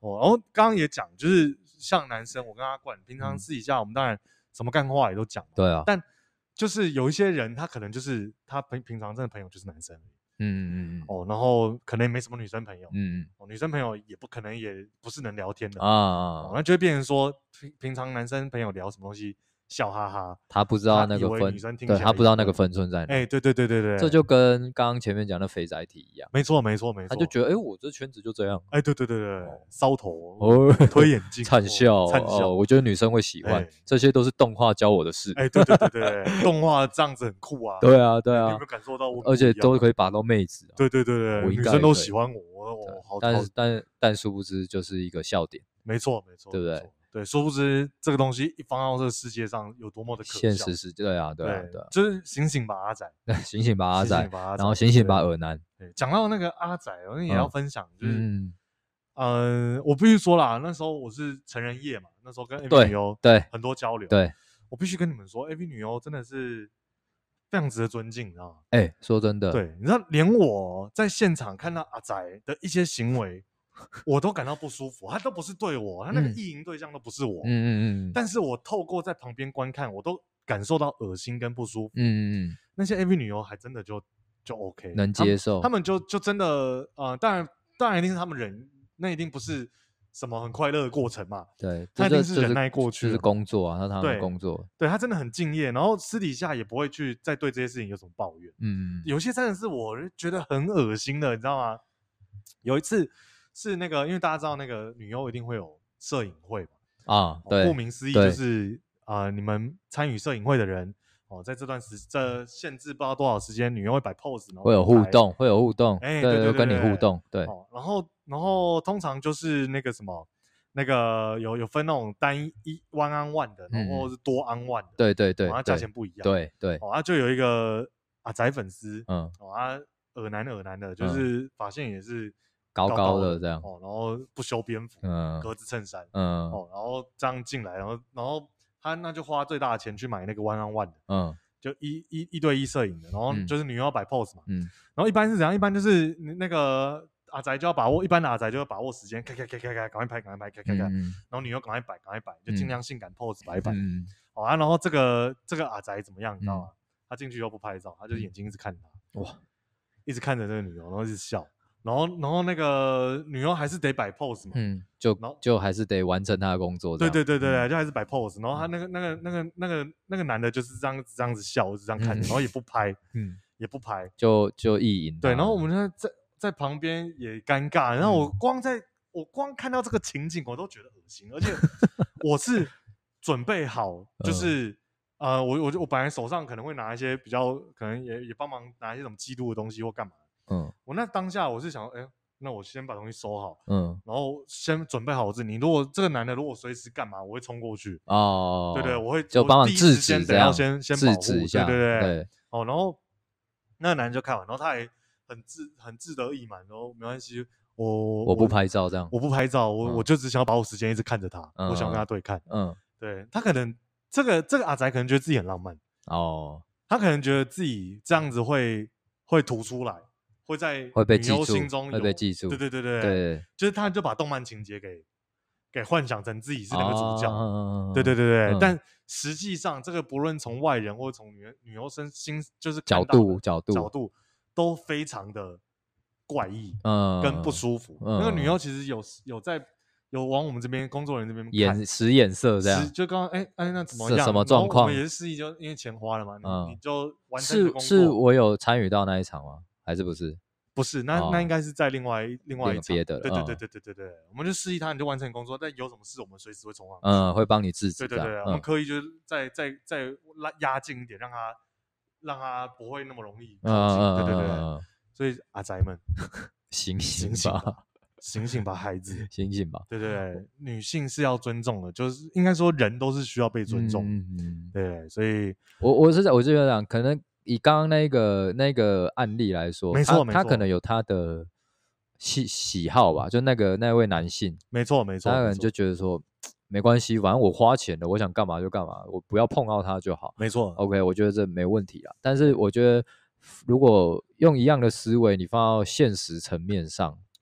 哦，然后刚刚也讲，就是像男生，我跟阿冠平常私底下我们当然什么干话也都讲， 对啊， 但就是有一些人他可能就是他平平常真的朋友就是男生。 嗯嗯嗯哦，然后可能也没什么女生朋友， 嗯嗯， 哦，女生朋友也不可能也不是能聊天的啊， 哦，那就会变成说平平常男生朋友聊什么东西笑哈哈， 他不知道那个分，对他不知道那个分寸在哪。 哎，对对对对对， 这就跟刚刚前面讲的肥宅体一样。 没错没错没错， 他就觉得哎，我这圈子就这样。 哎，对对对对，搔头哦，推眼镜， 灿笑灿笑， 我觉得女生会喜欢，这些都是动画教我的事。 哎，对对对对，动画这样子很酷啊。 对啊对啊， 你有没有感受到？ 而且都可以把到妹子。 对对对对，女生都喜欢我，我好。 但是但但殊不知就是一个笑点。 没错没错， 对不对？ 对，殊不知这个东西一放到这个世界上有多么的可笑。 现实是，对啊，对啊，对啊， 就是醒醒吧阿仔， 醒醒吧阿仔，然后醒醒吧耳男。 讲到那个阿仔，我也要分享，就是，嗯，我必须说啦，那时候我是成人业嘛，那时候跟 A V 女优对很多交流， 对， 我必须跟你们说 ，A V 女优真的是非常值得尊敬，你知道吗？ 哎，说真的， 对，你知道，连我在现场看到阿仔的一些行为。我都感到不舒服，他都不是对我，他那个意淫对象都不是我，嗯嗯嗯，但是我透过在旁边观看，我都感受到恶心跟不舒服，嗯嗯嗯，那些 A V 女优还真的就就 OK， 能接受， 他们就就真的，呃，当然当然一定是他们忍，那一定不是什么很快乐的过程嘛， 对， 他一定是忍耐过去， 就是工作啊，那他们工作， 对他真的很敬业，然后私底下也不会去再对这些事情有什么抱怨，嗯，有些真的是我觉得很恶心的，你知道吗？有一次。是那个，因为大家知道那个女优一定会有摄影会嘛， 啊，对， 顾名思义就是啊、呃，你们参与摄影会的人哦，在这段时这限制不知道多少时间，女优会摆 pose， 然后会有互动，会有互动， 哎， 对， 对对， 跟你互动，对， 哦，然后然后通常就是那个什么，那个有有分那种单一 one on one 的，然后是多 on one 的， 对对对， 然后价钱不一样， 对对， 哦，他就有一个阿宅粉丝，嗯，哦，他耳男耳男的，就是发现也是。 高高的这样哦，然后不修边幅，嗯，格子衬衫，嗯，哦，然后这样进来，然后然后他那就花最大的钱去买那个 one on one 的，嗯，就一一一对一摄影的，然后就是女优要摆 pose 嘛，嗯，然后一般是怎样？一般就是那个阿宅就要把握，一般的阿宅就要把握时间，开开开开开，赶快拍，赶快拍，开开开，然后女优赶快摆，赶快摆，就尽量性感 pose 摆摆，嗯，好啊，然后这个这个阿宅怎么样？你知道吗？他进去又不拍照，他就眼睛一直看他，哇，一直看着这个女优，然后一直笑。然后，然后那个女优还是得摆 pose 嘛，嗯， 就就还是得完成她的工作， 对对对对对，就还是摆 pose。然后他那个那个那个那个那个男的就是这样子这样子笑，一直这样看着，然后也不拍，嗯，也不拍， 就就意淫。 对，然后我们在在在旁边也尴尬，然后我光在我光看到这个情景，我都觉得恶心，而且我是准备好，就是呃，我我我本来手上可能会拿一些比较，可能也也帮忙拿一些什么基督的东西或干嘛。嗯，我那当下我是想，哎、欸，那我先把东西收好，嗯，然后先准备好我自己。你如果这个男的如果随时干嘛，我会冲过去。哦，对对，我会就帮忙制止， 这样先先保护， 制止一下， 对对对对。 哦，然后那个男的就看完，然后他还很自很自得意满，然后没关系，我我不拍照这样， 我不拍照，我、嗯、我就只想要把我时间一直看着他，嗯、我想跟他对看。嗯，对他可能这个这个阿宅可能觉得自己很浪漫哦，他可能觉得自己这样子会会突出来。会在女优心中会被记住， 对对对对对，就是他就把动漫情节给给幻想成自己是那个主角，哦、对对对对，嗯、但实际上这个不论从外人或从女女优身心就是角度角度角度都非常的怪异，嗯，跟不舒服。嗯、那个女优其实有有在有往我们这边工作人员这边眼使眼色这样， 就刚刚哎哎那怎么样？ 什么状况？ 我们也是示意，就因为钱花了嘛，嗯、你你就完成是是我有参与到那一场吗？还是不是？ 不是，那、哦、那应该是在另外另外一场别的， 对对对对对对对，我们就示意他，你就完成工作，但有什么事我们随时会冲上去， 嗯，会帮你制止， 对对对，嗯、我们刻意就是再再再拉压近一点，让他让他不会那么容易靠近，嗯、对对对，嗯、所以阿宅们醒醒吧，醒醒吧，孩子， 醒醒吧， 对对对，女性是要尊重的，就是应该说人都是需要被尊重，嗯嗯，对，所以我我是我是觉得可能。以刚刚那个那个案例来说， 没错没错， 他可能有他的喜喜好吧，就那个那位男性， 没错没错， 他可能就觉得说没关系，反正我花钱了，我想干嘛就干嘛，我不要碰到他就好。 没错 ，OK， 我觉得这没问题啊。但是我觉得如果用一样的思维，你放到现实层面上，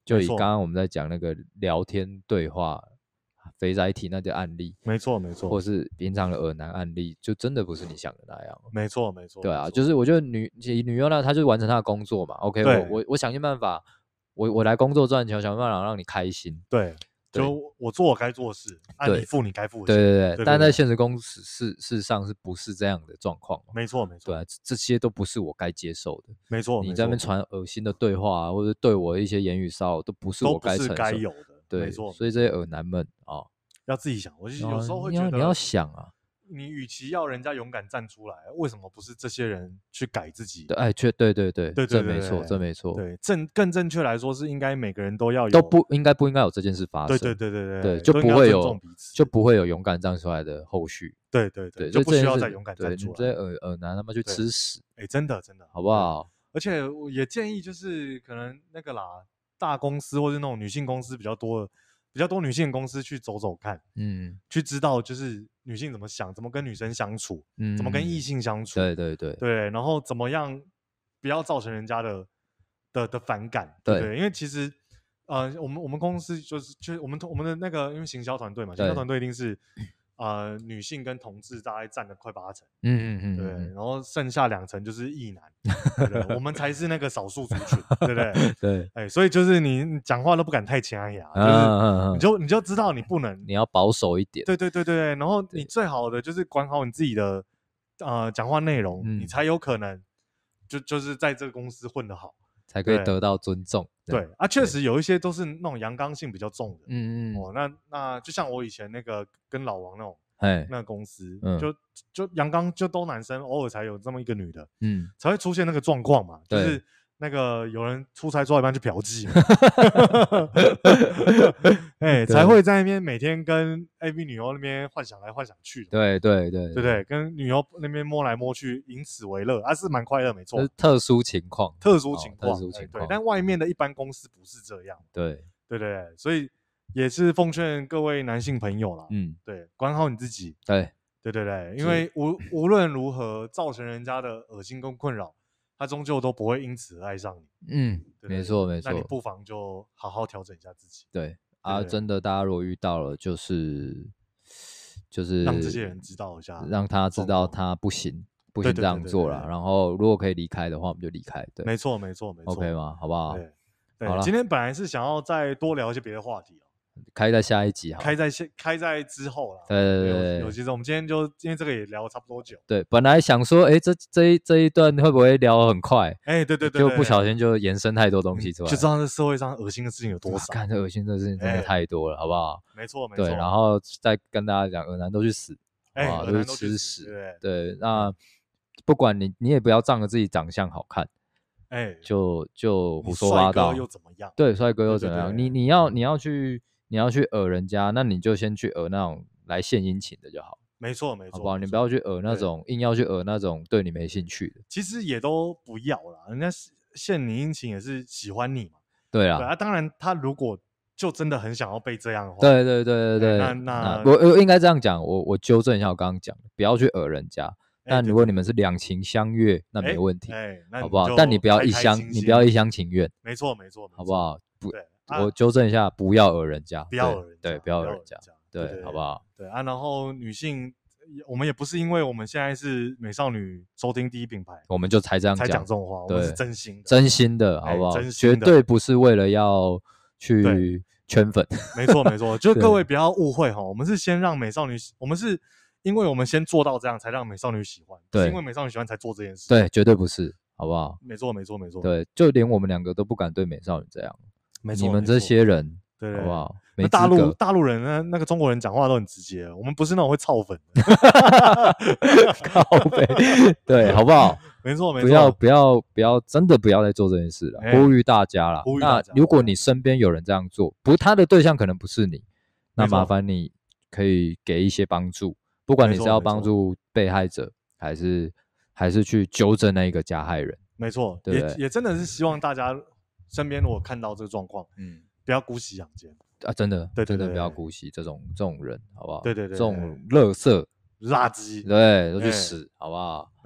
就以刚刚我们在讲那个聊天对话肥宅体那个案例， 没错没错， 或是平常的耳男案例，就真的不是你想的那样。 没错没错， 对啊，就是我觉得女女优呢，她就完成她的工作嘛。OK， 我我我想尽办法，我我来工作赚钱，想办法让你开心。 对。就我做我该做的事，按、啊、你付你该付的钱。 对对 对, 对，但在现实中事事实上是不是这样的状况？ 没错没错， 对、啊，这些都不是我该接受的。 没错， 你在那边传恶心的对话、啊，或者对我一些言语骚扰，都不是我该承受、 该有的。 对， 没错， 所以这些耳男们啊、哦， 要自己想。我有时候会觉得你 要, 你要想啊。 你与其要人家勇敢站出来，为什么不是这些人去改自己？ 对，哎，确对对对对， 这没错，这没错。 对，正更正确来说是应该每个人都要有， 都不应该不应该有这件事发生。 对对对对对，就不会有就不会有勇敢站出来的后续。 对对对，就不需要再勇敢站出来。 这些耳耳男他妈去吃屎！ 哎，真的真的， 好不好？ 而且我也建议就是可能那个啦，大公司或是那种女性公司比较多的。比较多女性公司去走走看，嗯，去知道就是女性怎么想，怎么跟女生相处，嗯，怎么跟异性相处， 对对对对，然后怎么样不要造成人家的的的反感，对不对？因为其实呃，我们我们公司就是就是我们我们的那个因为行销团队嘛，行销团队一定是呃女性跟同志大概占了快八成，嗯嗯嗯，对，然后剩下两成就是异男，对不对？我们才是那个少数族群，对不对？ 对， 哎，所以就是你讲话都不敢太掐牙，就是你就你就知道你不能， 你要保守一点， 对对对对，然后你最好的就是管好你自己的呃讲话内容，你才有可能就就是在这个公司混得好。 才可以得到尊重。 对啊，确实有一些都是那种阳刚性比较重的。嗯嗯。哦，那那就像我以前那个跟老王那种，那个公司，嗯、就就阳刚就都男生，偶尔才有这么一个女的，嗯，才会出现那个状况嘛，就是那个有人出差做一半去嫖妓嘛，哎，才会在那边每天跟 A V 女优那边幻想来幻想去的。 对对对， 对对，跟女优那边摸来摸去，以此为乐，啊，是蛮快乐，没错。 特殊情况， 特殊情况， 特殊情况。 但外面的一般公司不是这样。 对对对，所以也是奉劝各位男性朋友啦，嗯，对，管好你自己。 对对对对，因为无无论如何造成人家的恶心跟困扰，他终究都不会因此爱上你。嗯， 没错没错。 那你不妨就好好调整一下自己。 对啊，真的，大家如果遇到了，就是就是让这些人知道一下， 让他知道他不行，不行这样做了。然后如果可以离开的话，我们就离开。对， 没错没错没错 ，OK 吗？好不好？ 对对，今天本来是想要再多聊一些别的话题。 开在下一集好， 开在开在之后啦。 对对对， 有其实我们今天就因为这个也聊了差不多久。 对，本来想说，哎，这这一这一段会不会聊很快？ 哎，对对对， 就不小心就延伸太多东西出来， 就知道这社会上恶心的事情有多少。 看这恶心的事情真的太多了，好不好？ 没错没错。 对，然后再跟大家讲，恶男都去死， 哎， 都是吃屎。对，那不管你，你也不要仗着自己长相好看，哎，就就胡说八道。 帅哥又怎么样？ 对，帅哥又怎么样？你你要你要去。你要去讹人家，那你就先去讹那种来献殷勤的就好。 没错没错， 好不好？你不要去讹那种硬要去讹那种对你没兴趣的。 其实也都不要啦，人家献你殷勤也是喜欢你嘛。 对啊， 对啊，当然他如果就真的很想要被这样的话， 对对对对对， 那那我我应该这样讲，我我纠正一下我刚刚讲的，不要去讹人家。但如果你们是两情相悦，那没问题，好不好？但你不要一厢，你不要一厢情愿。 没错没错， 好不好？不。我纠正一下，不要讹人家， 不要讹人家， 对，不要讹人家，对，好不好？ 对啊，然后女性，我们也不是因为我们现在是美少女收听第一品牌， 我们就才这样才讲这种话，我们是真心的， 真心的，好不好？绝对不是为了要去圈粉， 没错没错，就各位不要误会哈，我们是先让美少女，我们是因为我们先做到这样，才让美少女喜欢，对，因为美少女喜欢才做这件事， 对，绝对不是，好不好？ 没错没错没错， 对，就连我们两个都不敢对美少女这样。 没错， 你们这些人， 对好不好？ 那大陆大陆人呢？那个中国人讲话都很直接，我们不是那种会操粉的， 靠北，对，好不好？ 没错没错， 不要不要不要，真的不要再做这件事了，呼吁大家啦。那如果你身边有人这样做，不，他的对象可能不是你，那麻烦你可以给一些帮助，不管你是要帮助被害者，还是还是去纠正那一个加害人， 没错，也也真的是希望大家。身边如果看到这个状况，嗯，不要姑息养奸啊！真的， 对真的不要姑息这种这种人，好不好？ 对对对， 这种垃圾垃圾， 对，都去死，好不好？ 没错。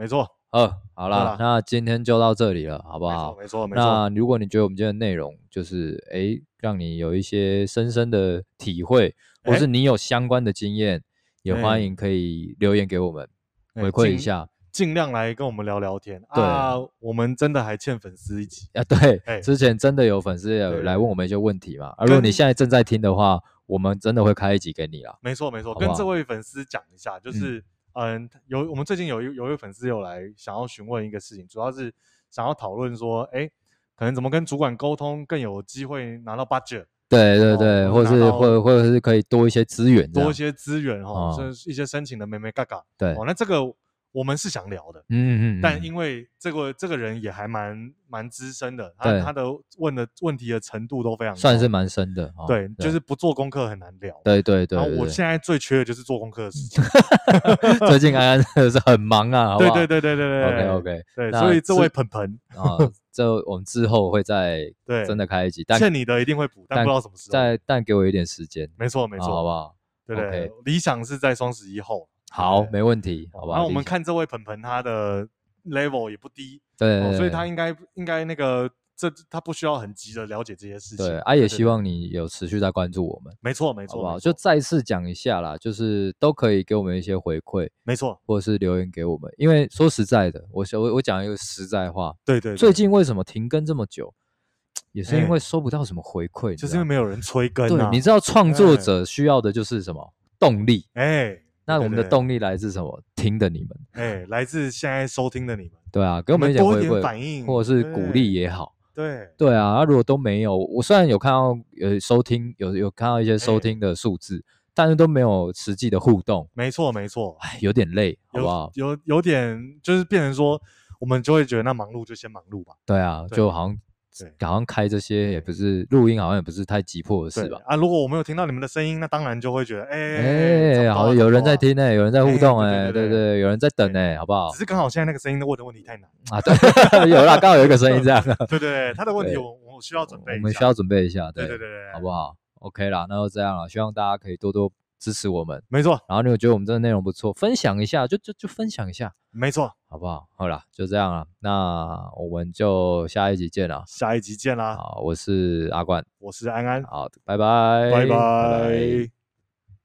呃，好啦，那今天就到这里了，好不好？ 没错，没错。 那如果你觉得我们今天的内容就是哎，让你有一些深深的体会，或是你有相关的经验，也欢迎可以留言给我们回馈一下。 尽量来跟我们聊聊天啊！我们真的还欠粉丝一集啊！对，欸、之前真的有粉丝有来问我们一些问题嘛？啊，如果你现在正在听的话，我们真的会开一集给你啦。 没错，没错，跟这位粉丝讲一下，就是嗯，嗯有我们最近有一有一位粉丝有来想要询问一个事情，主要是想要讨论说，哎、欸，可能怎么跟主管沟通更有机会拿到 budget。 对对对，哦、或是或或者是可以多一些资源， 多一些资源哈，哦、一些申请的眉眉角角。 对， 哦，那这个。我们是想聊的，嗯嗯，但因为这个这个人也还蛮蛮资深的，他他的问的问题的程度都非常高， 算是蛮深的， 哦、对，对，就是不做功课很难聊， 对对 对, 对。 然后我现在最缺的就是做功课的时间， 最近安安真的是很忙啊，好不好？ 对对对对对对 ，OK OK， 对，所以这位盆盆啊，这我们之后会再真的开一集，但欠你的一定会补，但不知道什么时候， 但但给我一点时间， 没错没错， 好不好？ 对对，理想是在双十一后。 好，没问题，好吧。 然后我们看这位盆盆，他的 level 也不低， 对，哦、 所以他应该应该那个这他不需要很急的了解这些事情。 对，啊，也希望你有持续在关注我们。 没错，没错， 好不好？就再次讲一下啦，就是都可以给我们一些回馈， 没错， 或者是留言给我们。因为说实在的，我我我讲一个实在话， 对 对, 对， 最近为什么停更这么久？也是因为收不到什么回馈， 就是因为没有人催更、啊。 对，你知道创作者需要的就是什么动力？ 哎。 那我们的动力来自什么？听的你们， 哎、欸，来自现在收听的你们， 对啊，给我们一点回馈、 反应， 或者是鼓励也好， 对对啊。那如果都没有，我虽然有看到呃收听，有有看到一些收听的数字，欸、但是都没有实际的互动。 没错，没错， 哎，有点累，好不好？ 有有有点就是变成说，我们就会觉得那忙碌就先忙碌吧。 对啊，对就好像。好像开这些也不是录音，好像也不是太急迫的事吧？ 啊，如果我没有听到你们的声音，那当然就会觉得，哎、 欸、哎，好，有人在听哎、欸，有人在互动哎、欸，对 对, 對, 對，有人在等哎、欸，好不好？ 只是刚好现在那个声音问的问题太难啊，对，有啦，刚好有一个声音这样。 对对对，他的问题我我需要准备一下， 我们需要准备一下， 对对对对， 好不好 ？OK 啦，那就这样了，希望大家可以多多支持我们， 没错。 然后你有觉得我们这个内容不错，分享一下，就就就分享一下， 没错， 好不好？好啦，就这样了，那我们就下一集见了， 下一集见啦。 好，我是阿冠， 我是安安， 好，拜拜， 拜拜。 拜拜。